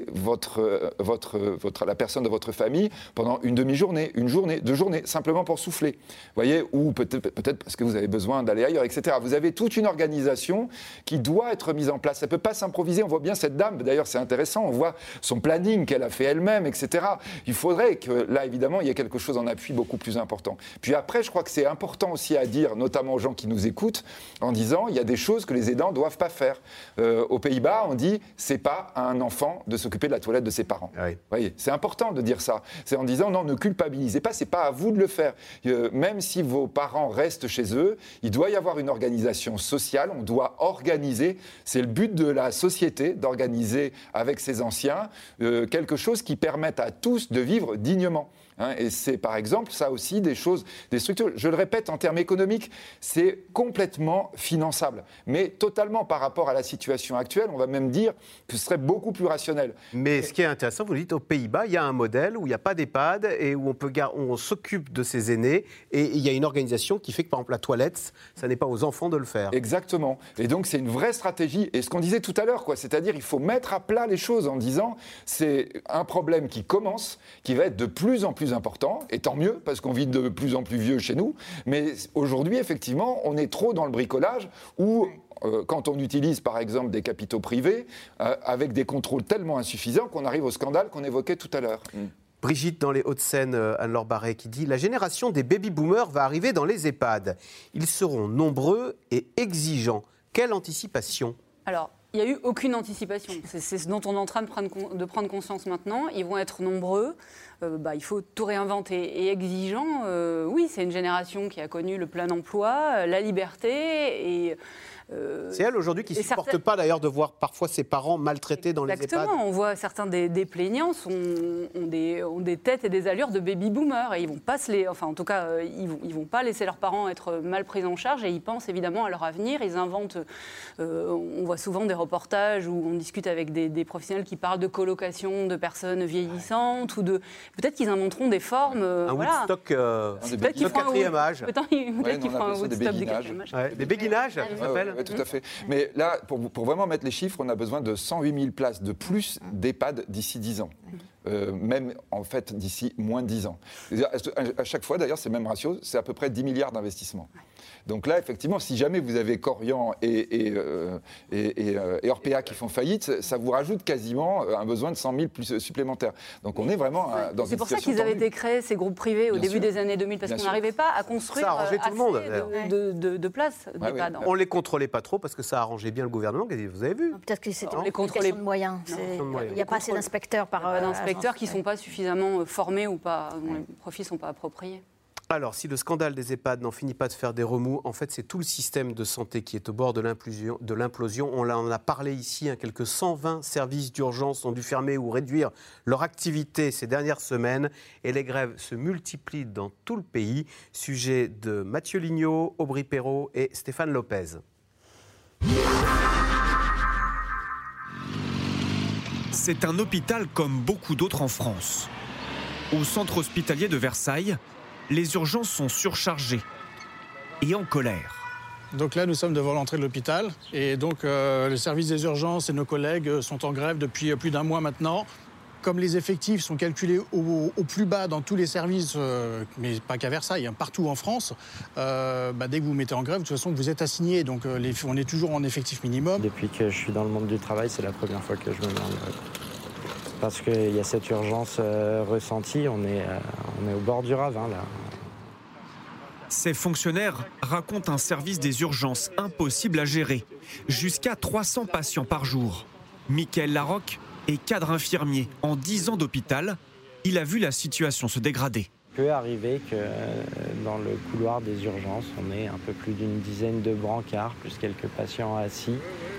la personne de votre famille pendant une demi-journée, une journée, 2 journées, simplement pour souffler. Vous voyez, ou peut-être parce que vous avez besoin d'aller ailleurs, etc. Vous avez toute une organisation qui doit être mise en place. Ça ne peut pas s'improviser. On voit bien cette dame, d'ailleurs c'est intéressant, on voit son planning qu'elle a fait elle-même, etc. Il faudrait que là, évidemment, il y ait quelque chose en appui beaucoup plus important. Puis après, je crois que c'est important aussi à dire, notamment aux gens qui nous écoutent, en disant, il y a des choses que les aidants ne doivent pas faire. Aux Pays-Bas, on dit, c'est pas à un enfant de s'occuper de la toilette de ses parents. Oui. Vous voyez, c'est important de dire ça. C'est en disant non, ne culpabilisez pas, c'est pas à vous de le faire. Même si vos parents restent chez eux, il doit y avoir une organisation sociale, on doit organiser, c'est le but de la société, d'organiser avec ses anciens quelque chose qui permette à tous de vivre dignement. Et c'est par exemple ça aussi des structures, je le répète, en termes économiques, c'est complètement finançable. Mais totalement par rapport à la situation actuelle, on va même dire que ce serait beaucoup plus rationnel. Mais ce qui est intéressant, vous dites aux Pays-Bas, il y a un modèle où il n'y a pas d'EHPAD et où on s'occupe de ses aînés et il y a une organisation qui fait que par exemple la toilette, ça n'est pas aux enfants de le faire. Exactement. Et donc c'est une vraie stratégie. Et ce qu'on disait tout à l'heure, c'est-à-dire il faut mettre à plat les choses en disant c'est un problème qui commence, qui va être de plus en plus important, et tant mieux, parce qu'on vit de plus en plus vieux chez nous, mais aujourd'hui, effectivement, on est trop dans le bricolage où, quand on utilise, par exemple, des capitaux privés, avec des contrôles tellement insuffisants qu'on arrive au scandale qu'on évoquait tout à l'heure. Brigitte, dans les Hauts-de-Seine, Anne-Laure Barret, qui dit « La génération des baby-boomers va arriver dans les EHPAD. Ils seront nombreux et exigeants. Quelle anticipation ?» Alors, il n'y a eu aucune anticipation. C'est ce dont on est en train de prendre conscience maintenant. Ils vont être nombreux. Il faut tout réinventer. Et exigeant, oui, c'est une génération qui a connu le plein emploi, la liberté et... c'est elle aujourd'hui qui ne supporte pas d'ailleurs de voir parfois ses parents maltraités dans les EHPAD. Exactement, on voit certains des plaignants ont des têtes et des allures de baby-boomers et ils vont pas ils vont pas laisser leurs parents être mal pris en charge et ils pensent évidemment à leur avenir. Ils inventent, on voit souvent des reportages où on discute avec des professionnels qui parlent de colocation de personnes vieillissantes ou de... Peut-être qu'ils inventeront des formes... Woodstock de quatrième âge. Peut-être qu'ils feront un Woodstock de quatrième âge. Des béguinages, ça s'appelle. Oui, tout à fait. Mais là, pour vraiment mettre les chiffres, on a besoin de 108 000 places de plus d'EHPAD d'ici 10 ans. Même en fait d'ici moins de 10 ans. À chaque fois, d'ailleurs, c'est le même ratio, c'est à peu près 10 milliards d'investissements. Donc là, effectivement, si jamais vous avez Korian et Orpea qui font faillite, ça vous rajoute quasiment un besoin de 100 000 plus supplémentaires. Donc on est vraiment dans une situation. C'est pour ça qu'ils avaient été créés, ces groupes privés, au début des années 2000, parce qu'on n'arrivait pas à construire assez de places d'EHPAD. On ne les contrôlait pas trop parce que ça arrangeait bien le gouvernement, vous avez vu. Peut-être que c'était une question de moyens. Il n'y a pas assez d'inspecteurs qui ne sont pas suffisamment formés ou pas, dont les profils ne sont pas appropriés. Alors, si le scandale des EHPAD n'en finit pas de faire des remous, en fait, c'est tout le système de santé qui est au bord de l'implosion. On en a parlé ici, quelques 120 services d'urgence ont dû fermer ou réduire leur activité ces dernières semaines et les grèves se multiplient dans tout le pays. Sujet de Mathieu Lignot, Aubry Perrault et Stéphane Lopez. C'est un hôpital comme beaucoup d'autres en France. Au centre hospitalier de Versailles, les urgences sont surchargées et en colère. Donc là, nous sommes devant l'entrée de l'hôpital. Et donc, le service des urgences et nos collègues sont en grève depuis plus d'un mois maintenant. Comme les effectifs sont calculés au plus bas dans tous les services, mais pas qu'à Versailles, partout en France, dès que vous mettez en grève, de toute façon, vous êtes assigné. Donc, on est toujours en effectif minimum. Depuis que je suis dans le monde du travail, c'est la première fois que je me mets en grève. Parce qu'il y a cette urgence ressentie, on est au bord du ravin, là. Ces fonctionnaires racontent un service des urgences impossible à gérer. Jusqu'à 300 patients par jour. Mickaël Larocque est cadre infirmier. En 10 ans d'hôpital, il a vu la situation se dégrader. Il peut arriver que dans le couloir des urgences, on ait un peu plus d'une dizaine de brancards, plus quelques patients assis.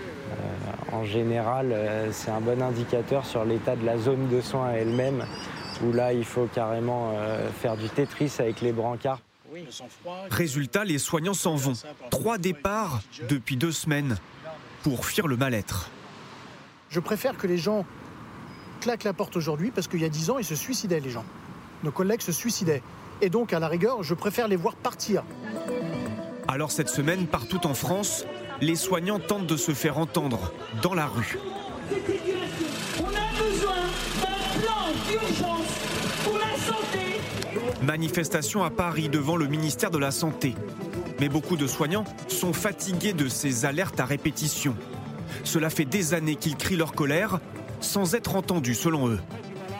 En général, c'est un bon indicateur sur l'état de la zone de soins elle-même, où là, il faut carrément faire du Tetris avec les brancards. Résultat, les soignants s'en vont. 3 départs depuis 2 semaines pour fuir le mal-être. Je préfère que les gens claquent la porte aujourd'hui, parce qu'il y a 10 ans, ils se suicidaient, les gens. Nos collègues se suicidaient. Et donc, à la rigueur, je préfère les voir partir. Alors cette semaine, partout en France, les soignants tentent de se faire entendre dans la rue. On a besoin d'un plan d'urgence pour la santé. Manifestation à Paris devant le ministère de la Santé. Mais beaucoup de soignants sont fatigués de ces alertes à répétition. Cela fait des années qu'ils crient leur colère sans être entendus selon eux.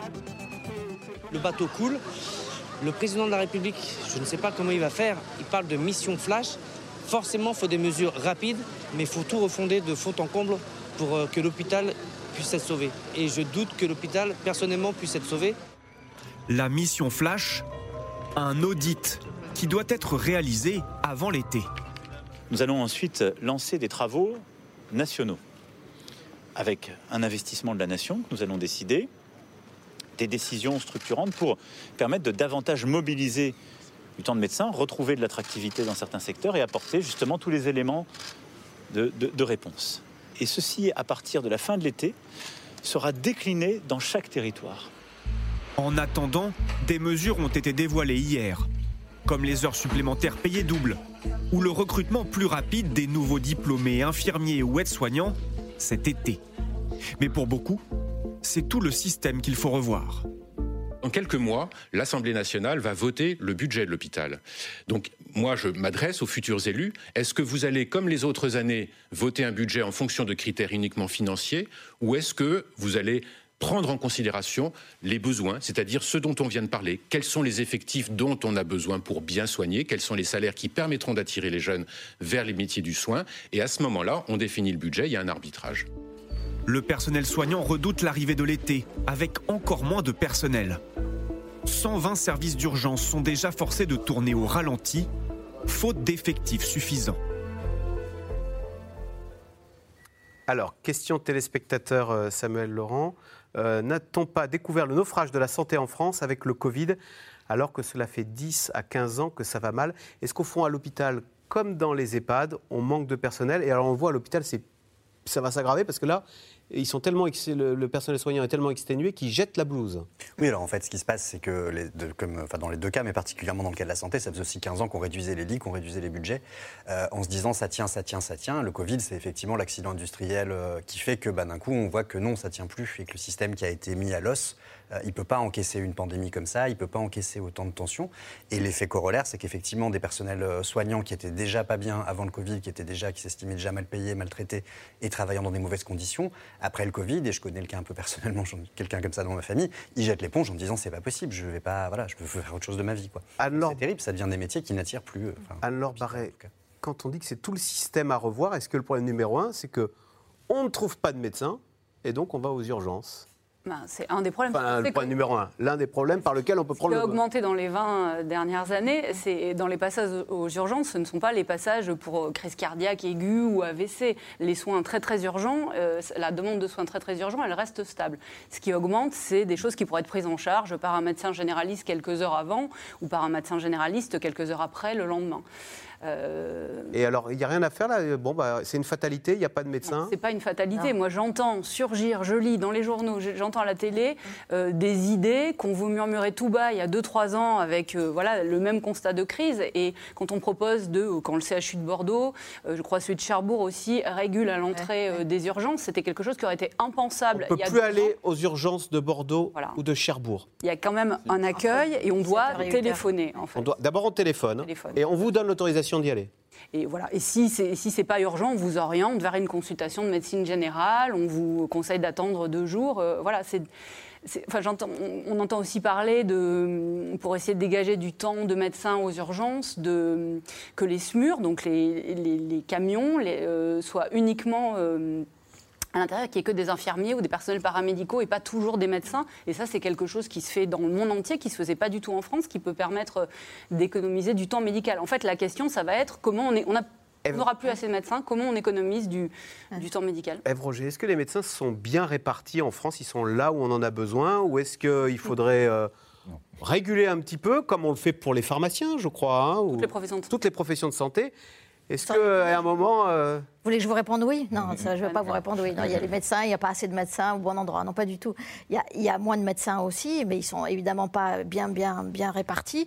Le bateau coule. Le président de la République, je ne sais pas comment il va faire, il parle de mission flash. Forcément, il faut des mesures rapides, mais il faut tout refonder de fond en comble pour que l'hôpital puisse être sauvé. Et je doute que l'hôpital, personnellement, puisse être sauvé. La mission flash, un audit qui doit être réalisé avant l'été. Nous allons ensuite lancer des travaux nationaux, avec un investissement de la nation que nous allons décider, des décisions structurantes pour permettre de davantage mobiliser du temps de médecin, retrouver de l'attractivité dans certains secteurs et apporter justement tous les éléments de réponse. Et ceci, à partir de la fin de l'été, sera décliné dans chaque territoire. En attendant, des mesures ont été dévoilées hier, comme les heures supplémentaires payées double, ou le recrutement plus rapide des nouveaux diplômés infirmiers ou aides-soignants cet été. Mais pour beaucoup, c'est tout le système qu'il faut revoir. Dans quelques mois, l'Assemblée nationale va voter le budget de l'hôpital. Donc, moi, je m'adresse aux futurs élus. Est-ce que vous allez, comme les autres années, voter un budget en fonction de critères uniquement financiers, ou est-ce que vous allez prendre en considération les besoins, c'est-à-dire ce dont on vient de parler? Quels sont les effectifs dont on a besoin pour bien soigner? Quels sont les salaires qui permettront d'attirer les jeunes vers les métiers du soin? Et à ce moment-là, on définit le budget, il y a un arbitrage. Le personnel soignant redoute l'arrivée de l'été, avec encore moins de personnel. 120 services d'urgence sont déjà forcés de tourner au ralenti, faute d'effectifs suffisants. Alors, question téléspectateur Samuel Laurent. N'a-t-on pas découvert le naufrage de la santé en France avec le Covid, alors que cela fait 10 à 15 ans que ça va mal? Est-ce qu'au fond, à l'hôpital, comme dans les EHPAD, on manque de personnel? Et alors, on voit à l'hôpital, ça va s'aggraver parce que là, ils sont tellement le personnel soignant est tellement exténué qu'ils jettent la blouse. Oui, alors en fait, ce qui se passe, c'est que, dans les deux cas, mais particulièrement dans le cas de la santé, ça faisait aussi 15 ans qu'on réduisait les lits, qu'on réduisait les budgets, en se disant ça tient. Le Covid, c'est effectivement l'accident industriel qui fait que d'un coup, on voit que non, ça tient plus et que le système qui a été mis à l'os, il ne peut pas encaisser une pandémie comme ça, il ne peut pas encaisser autant de tensions. Et l'effet corollaire, c'est qu'effectivement, des personnels soignants qui étaient déjà pas bien avant le Covid, qui s'estimaient déjà mal payés, maltraités et travaillant dans des mauvaises conditions, après le Covid, et je connais le cas un peu personnellement, quelqu'un comme ça dans ma famille, ils jettent l'éponge en disant c'est pas possible, je veux faire autre chose de ma vie, quoi. C'est terrible, ça devient des métiers qui n'attirent plus. Anne-Laure Barret, quand on dit que c'est tout le système à revoir, est-ce que le problème numéro 1, c'est qu'on ne trouve pas de médecins et donc on va aux urgences? C'est un des problèmes. Enfin, le problème numéro 1. L'un des problèmes par lequel on peut prendre Ce qui a augmenté dans les 20 dernières années, c'est dans les passages aux urgences, ce ne sont pas les passages pour crise cardiaque aiguë ou AVC. Les soins très très urgents, la demande de soins très très urgents, elle reste stable. Ce qui augmente, c'est des choses qui pourraient être prises en charge par un médecin généraliste quelques heures avant ou par un médecin généraliste quelques heures après, le lendemain. Et alors, il n'y a rien à faire là. Bon, c'est une fatalité, il n'y a pas de médecin. C'est pas une fatalité. Moi, j'entends surgir, je lis dans les journaux, j'entends à la télé des idées qu'on vous murmurait tout bas il y a 2-3 ans avec le même constat de crise. Et quand on propose quand le CHU de Bordeaux, je crois celui de Cherbourg aussi, régule à l'entrée des urgences, c'était quelque chose qui aurait été impensable. On ne peut plus aller aux urgences de Bordeaux ou de Cherbourg. Il y a quand même un accueil et on doit téléphoner. En fait. D'abord, on téléphone et on vous donne l'autorisation d'y aller. Et voilà. Et si c'est pas urgent, on vous oriente vers une consultation de médecine générale. On vous conseille d'attendre 2 jours. On entend aussi parler pour essayer de dégager du temps de médecins aux urgences, que les SMUR, donc les camions, soient uniquement à l'intérieur, qu'il n'y ait que des infirmiers ou des personnels paramédicaux et pas toujours des médecins. Et ça, c'est quelque chose qui se fait dans le monde entier, qui ne se faisait pas du tout en France, qui peut permettre d'économiser du temps médical. En fait, la question, ça va être comment on n'aura plus assez de médecins, comment on économise du temps médical. Ève Roger, est-ce que les médecins sont bien répartis en France? Ils sont là où on en a besoin? Ou est-ce qu'il faudrait réguler un petit peu, comme on le fait pour les pharmaciens, je crois, toutes les professions de santé? Est-ce qu'à un moment... Vous voulez que je vous réponde oui? Non, ça, je ne vais pas vous répondre oui. Non, il y a les médecins, il n'y a pas assez de médecins au bon endroit. Non, pas du tout. Il y a moins de médecins aussi, mais ils ne sont évidemment pas bien répartis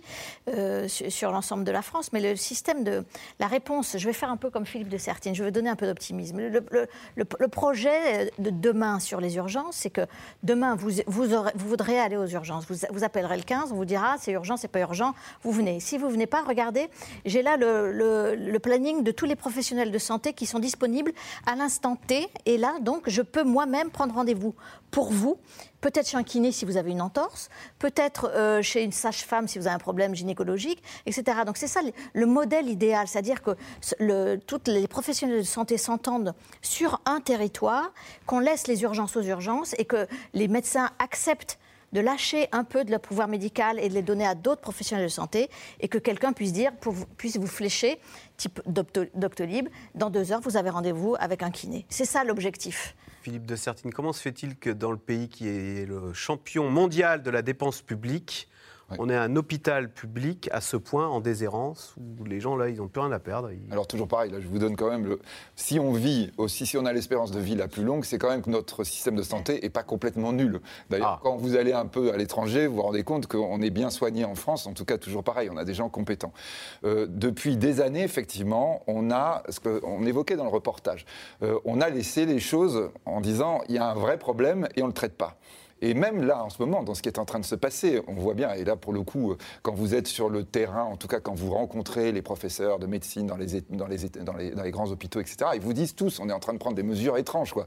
sur l'ensemble de la France. Mais le système de la réponse, je vais faire un peu comme Philippe de Sertine, je vais donner un peu d'optimisme. Le projet de demain sur les urgences, c'est que demain, vous voudrez aller aux urgences. Vous appellerez le 15, on vous dira c'est urgent, c'est pas urgent, vous venez. Si vous ne venez pas, regardez, j'ai là le planning de tous les professionnels de santé qui sont disponibles à l'instant T. Et là, donc, je peux moi-même prendre rendez-vous pour vous, peut-être chez un kiné si vous avez une entorse, peut-être chez une sage-femme si vous avez un problème gynécologique, etc. Donc c'est ça le modèle idéal, c'est-à-dire que tous les professionnels de santé s'entendent sur un territoire, qu'on laisse les urgences aux urgences et que les médecins acceptent de lâcher un peu de leur pouvoir médical et de les donner à d'autres professionnels de santé et que quelqu'un puisse vous flécher, type Doctolib, dans 2 heures, vous avez rendez-vous avec un kiné. C'est ça l'objectif. Philippe de Sertine, comment se fait-il que dans le pays qui est le champion mondial de la dépense publique, on ait un hôpital public à ce point en déshérence où les gens là ils n'ont plus rien à perdre. Alors toujours pareil, là je vous donne quand même si on a l'espérance de vie la plus longue, c'est quand même que notre système de santé n'est pas complètement nul. D'ailleurs, quand vous allez un peu à l'étranger, vous vous rendez compte qu'on est bien soigné en France, en tout cas toujours pareil, on a des gens compétents. Depuis des années, effectivement, on a ce qu'on évoquait dans le reportage, on a laissé les choses en disant il y a un vrai problème et on ne le traite pas. Et même là, en ce moment, dans ce qui est en train de se passer, on voit bien, et là, pour le coup, quand vous êtes sur le terrain, en tout cas quand vous rencontrez les professeurs de médecine dans les grands hôpitaux, etc., ils vous disent tous, on est en train de prendre des mesures étranges, quoi.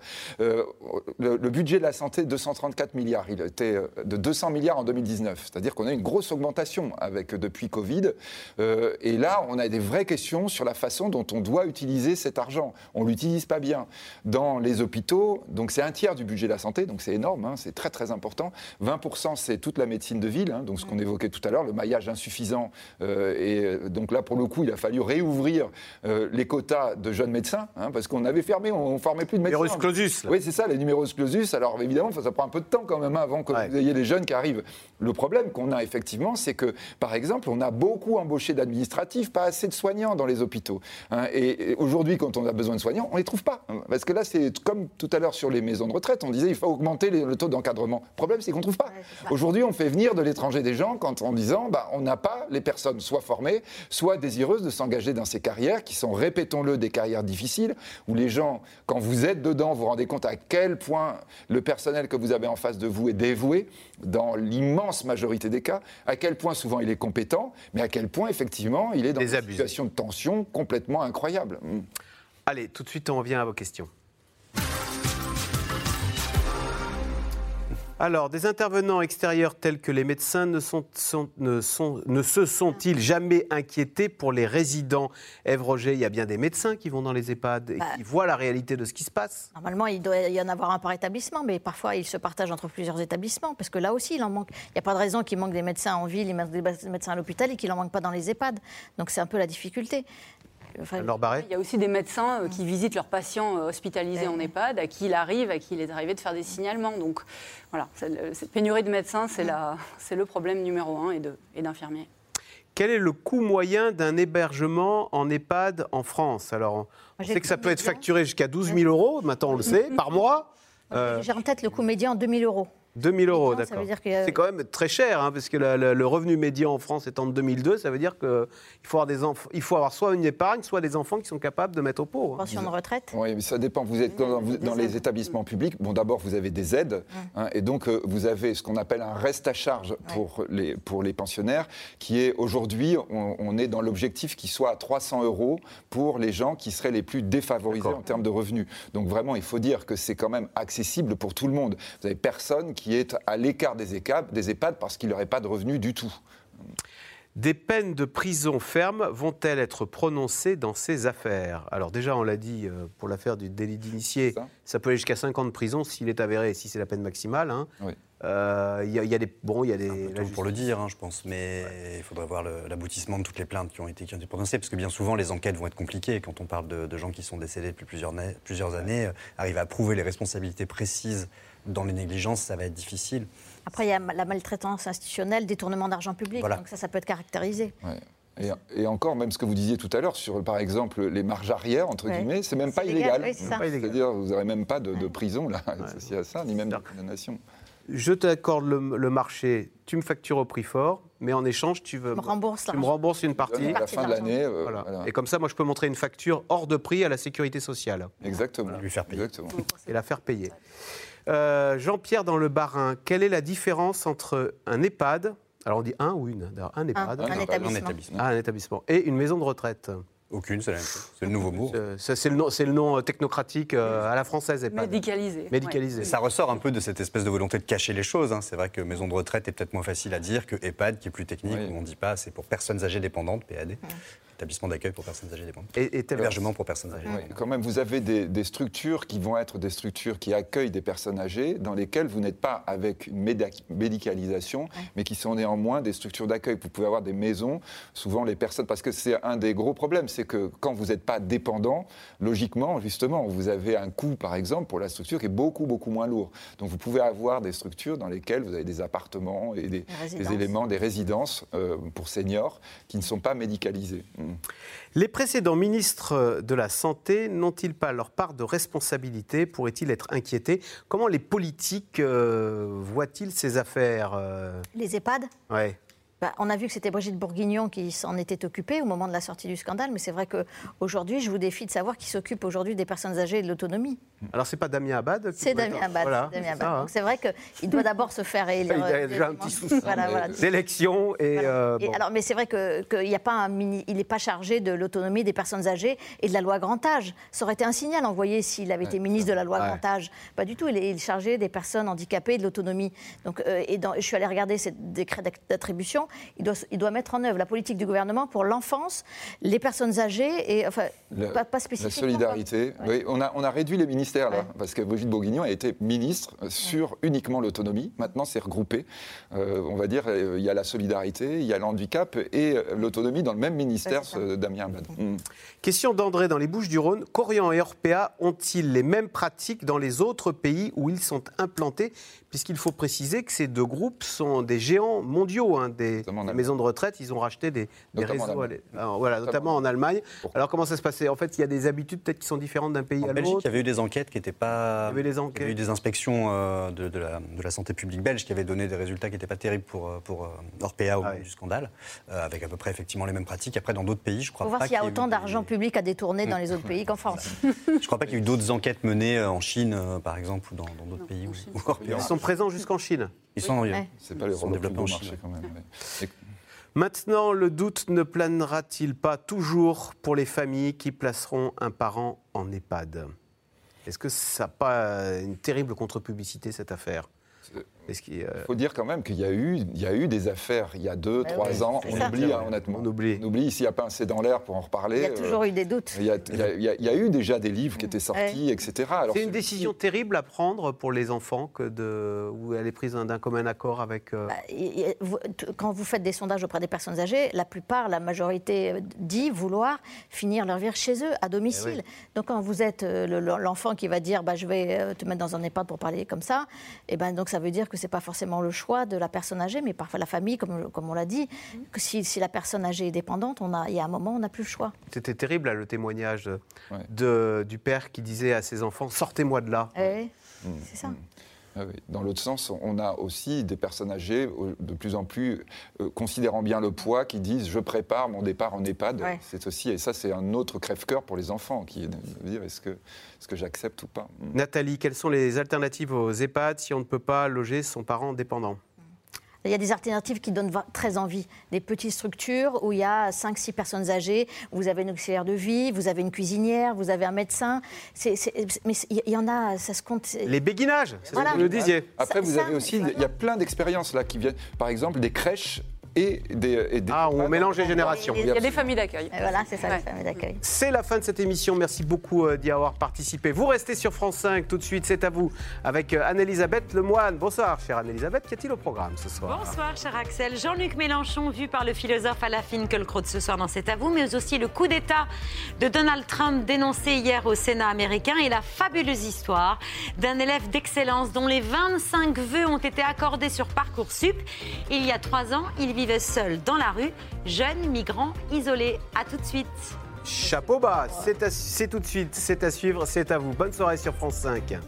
Le budget de la santé, 234 milliards, il était de 200 milliards en 2019. C'est-à-dire qu'on a une grosse augmentation depuis Covid. Et là, on a des vraies questions sur la façon dont on doit utiliser cet argent. On ne l'utilise pas bien. Dans les hôpitaux, donc c'est 1/3 du budget de la santé, donc c'est énorme, hein, c'est très, très important. 20%, c'est toute la médecine de ville, hein, donc ce qu'on évoquait tout à l'heure, le maillage insuffisant. Et donc là, pour le coup, il a fallu réouvrir les quotas de jeunes médecins, hein, parce qu'on avait fermé, on ne formait plus de médecins. Numerus clausus. Oui, c'est ça, les numerus clausus. Alors évidemment, ça prend un peu de temps quand même avant que vous ayez les jeunes qui arrivent. Le problème qu'on a effectivement, c'est que, par exemple, on a beaucoup embauché d'administratifs, pas assez de soignants dans les hôpitaux. Hein, et aujourd'hui, quand on a besoin de soignants, on ne les trouve pas. Hein, parce que là, c'est comme tout à l'heure sur les maisons de retraite, on disait il faut augmenter le taux d'encadrement. Le problème, c'est qu'on ne trouve pas. Aujourd'hui, on fait venir de l'étranger des gens en disant on n'a pas les personnes soit formées, soit désireuses de s'engager dans ces carrières qui sont, répétons-le, des carrières difficiles, où les gens, quand vous êtes dedans, vous vous rendez compte à quel point le personnel que vous avez en face de vous est dévoué, dans l'immense majorité des cas, à quel point souvent il est compétent, mais à quel point, effectivement, il est dans une situation de tension complètement incroyable. Allez, tout de suite, on revient à vos questions. Alors, des intervenants extérieurs tels que les médecins ne se sont-ils jamais inquiétés pour les résidents? Ève Roger, il y a bien des médecins qui vont dans les EHPAD et qui voient la réalité de ce qui se passe. Normalement, il doit y en avoir un par établissement, mais parfois, ils se partagent entre plusieurs établissements, parce que là aussi, il en manque. Il n'y a pas de raison qu'il manque des médecins en ville, il manque des médecins à l'hôpital et qu'il n'en manque pas dans les EHPAD. Donc, c'est un peu la difficulté. Enfin, il y a aussi des médecins qui visitent leurs patients hospitalisés en EHPAD, à qui il est arrivé de faire des signalements. Donc voilà, cette pénurie de médecins, c'est le problème numéro 1 et d'infirmiers. Quel est le coût moyen d'un hébergement en EHPAD en France? Alors, on sait que ça peut être facturé jusqu'à 12 000 euros, maintenant on le sait, par mois. J'ai en tête le coût médian 2 000 euros. 2 000 euros, d'accord. C'est quand même très cher, hein, parce que le revenu médian en France étant de 2002, ça veut dire qu'il faut avoir soit une épargne, soit des enfants qui sont capables de mettre au pot. Pension de retraite. Oui, mais ça dépend. Vous êtes dans les établissements publics. Bon, d'abord, vous avez des aides, et donc vous avez ce qu'on appelle un reste à charge pour les pensionnaires, qui est aujourd'hui, on est dans l'objectif qui soit à 300 euros pour les gens qui seraient les plus défavorisés en termes de revenus. Donc vraiment, il faut dire que c'est quand même accessible pour tout le monde. Vous n'avez personne qui est à l'écart des EHPAD parce qu'il n'aurait pas de revenus du tout. Des peines de prison ferme vont-elles être prononcées dans ces affaires? Alors déjà, on l'a dit, pour l'affaire du délit d'initié, ça peut aller jusqu'à 5 ans de prison s'il est avéré, si c'est la peine maximale. Hein. Oui. Il y a des... Bon, il y a des... Un peu tôt pour le dire, hein, je pense, mais il faudrait voir l'aboutissement de toutes les plaintes qui ont été prononcées, parce que bien souvent, les enquêtes vont être compliquées. Quand on parle de gens qui sont décédés depuis plusieurs années, arriver à prouver les responsabilités précises dans les négligences, ça va être difficile. Après, il y a la maltraitance institutionnelle, détournement d'argent public, donc ça peut être caractérisé. Ouais. Et encore, même ce que vous disiez tout à l'heure, sur par exemple les marges arrière, entre guillemets, c'est même pas illégal. Oui, c'est ça. C'est-à-dire, vous n'aurez même pas de prison là, associée à ça, ni même de condamnation. Je t'accorde le marché, tu me factures au prix fort, mais en échange, tu me rembourses une partie. À la fin de l'année. Voilà. Et comme ça, moi, je peux montrer une facture hors de prix à la sécurité sociale. Exactement. Lui faire payer. Exactement. Et la faire payer. Jean-Pierre dans le Bas-Rhin, quelle est la différence entre un EHPAD, alors on dit un ou une, un EHPAD, un établissement, et une maison de retraite? Aucune, c'est la même chose. C'est le nouveau mot. C'est le nom technocratique à la française. EHPAD. Médicalisé. Ça ressort un peu de cette espèce de volonté de cacher les choses. Hein. C'est vrai que maison de retraite est peut-être moins facile à dire que EHPAD, qui est plus technique, où on ne dit pas c'est pour personnes âgées dépendantes, PAD. Établissement d'accueil pour personnes âgées dépendantes. Et hébergement pour personnes âgées dépendantes. Quand même, vous avez des structures qui vont être des structures qui accueillent des personnes âgées, dans lesquelles vous n'êtes pas avec une médicalisation, mais qui sont néanmoins des structures d'accueil. Vous pouvez avoir des maisons, souvent les personnes, parce que c'est un des gros problèmes, c'est que quand vous n'êtes pas dépendant, logiquement, justement, vous avez un coût, par exemple, pour la structure qui est beaucoup, beaucoup moins lourd. Donc vous pouvez avoir des structures dans lesquelles vous avez des appartements et des éléments, des résidences pour seniors qui ne sont pas médicalisées. Les précédents ministres de la Santé n'ont-ils pas leur part de responsabilité? Pourraient-ils être inquiétés? Comment les politiques voient-ils ces affaires? Les EHPAD? Ouais. On a vu que c'était Brigitte Bourguignon qui s'en était occupée au moment de la sortie du scandale, mais c'est vrai qu'aujourd'hui, je vous défie de savoir qui s'occupe aujourd'hui des personnes âgées et de l'autonomie. Alors, c'est pas Damien Abad? C'est Damien Abad. Voilà, donc c'est vrai qu'il doit d'abord se faire élire. Il y a déjà un petit souci d'élection. Alors, mais c'est vrai qu'il n'est pas chargé de l'autonomie des personnes âgées et de la loi Grand Âge. Ça aurait été un signal envoyé s'il avait été ministre de la loi Grand Âge. Pas du tout, il est chargé des personnes handicapées et de l'autonomie. Donc, je suis allée regarder ces décrets d'attribution. Il doit mettre en œuvre la politique du gouvernement pour l'enfance, les personnes âgées et pas spécifiquement. La solidarité. Oui, on a réduit les ministères là, parce que Brigitte Bourguignon a été ministre sur uniquement l'autonomie. Maintenant, c'est regroupé. On va dire, il y a la solidarité, il y a le handicap et l'autonomie dans le même ministère, Damien Abad. Question d'André dans les Bouches-du-Rhône. Corian et Orpea ont-ils les mêmes pratiques dans les autres pays où ils sont implantés? Puisqu'il faut préciser que ces deux groupes sont des géants mondiaux, des maisons de retraite. Ils ont racheté des réseaux, notamment en Allemagne. Alors comment ça se passait? En fait, il y a des habitudes peut-être qui sont différentes d'un pays à l'autre. En Belgique, il y avait eu des enquêtes qui n'étaient pas... Il y avait eu des inspections de la santé publique belge qui avaient donné des résultats qui n'étaient pas terribles pour Orpea au moment du scandale, avec à peu près effectivement les mêmes pratiques. Après, dans d'autres pays, je crois pas qu'il y a autant d'argent public à détourner dans les autres pays qu'en France. Je ne crois pas qu'il y ait eu d'autres enquêtes menées en Chine, par exemple, ou dans d'autres pays où Orpea... Ils sont présents jusqu'en Chine. Ils sont C'est pas l'Europe développée en Chine quand même. Maintenant, le doute ne planera-t-il pas toujours pour les familles qui placeront un parent en EHPAD? Est-ce que ça n'a pas une terrible contre-publicité, cette affaire? Il faut dire quand même qu'il y a eu des affaires il y a 2-3 ans. On oublie, honnêtement. On oublie. S'il n'y a pas un C dans l'air pour en reparler. Il y a toujours eu des doutes. Il y a eu déjà des livres qui étaient sortis, etc. Alors, c'est une décision terrible à prendre pour les enfants où elle est prise d'un commun accord avec... Quand vous faites des sondages auprès des personnes âgées, la majorité dit vouloir finir leur vie chez eux, à domicile. Donc quand vous êtes l'enfant qui va dire je vais te mettre dans un EHPAD pour parler comme ça, donc ça veut dire que c'est pas forcément le choix de la personne âgée, mais parfois la famille, comme on l'a dit, que si la personne âgée est dépendante, il y a un moment où on n'a plus le choix. C'était terrible, là, le témoignage du père qui disait à ses enfants « Sortez-moi de là ». C'est ça. Dans l'autre sens, on a aussi des personnes âgées de plus en plus considérant bien le poids qui disent « je prépare mon départ en EHPAD ». C'est aussi, et ça c'est un autre crève-cœur pour les enfants qui est de dire est-ce que j'accepte ou pas. Nathalie, quelles sont les alternatives aux EHPAD si on ne peut pas loger son parent dépendant ? Il y a des alternatives qui donnent très envie. Des petites structures où il y a 5-6 personnes âgées, où vous avez une auxiliaire de vie, vous avez une cuisinière, vous avez un médecin. Mais il y en a, ça se compte. Les béguinages, c'est ce que vous le disiez. Après, vous avez aussi, il y a plein d'expériences là qui viennent, par exemple, des crèches et des on mélange les générations. Il y a des familles d'accueil. Voilà, c'est ça, les familles d'accueil. C'est la fin de cette émission. Merci beaucoup d'y avoir participé. Vous restez sur France 5 tout de suite. C'est à vous avec Anne-Elisabeth Lemoine. Bonsoir, chère Anne-Elisabeth. Qu'y a-t-il au programme ce soir ? Bonsoir, cher Axel. Jean-Luc Mélenchon, vu par le philosophe à la Finkielkraut ce soir dans C'est à vous, mais aussi le coup d'État de Donald Trump dénoncé hier au Sénat américain et la fabuleuse histoire d'un élève d'excellence dont les 25 vœux ont été accordés sur Parcoursup. Il y a 3 ans, il vivait seul dans la rue, jeune migrant isolé. À tout de suite. Chapeau bas, c'est tout de suite, c'est à suivre, c'est à vous. Bonne soirée sur France 5.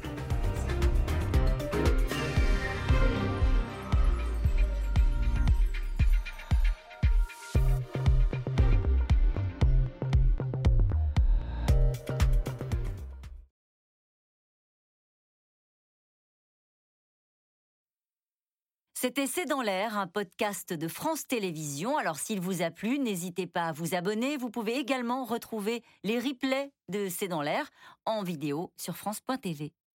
C'était C'est dans l'air, un podcast de France Télévisions. Alors s'il vous a plu, n'hésitez pas à vous abonner. Vous pouvez également retrouver les replays de C'est dans l'air en vidéo sur France.tv.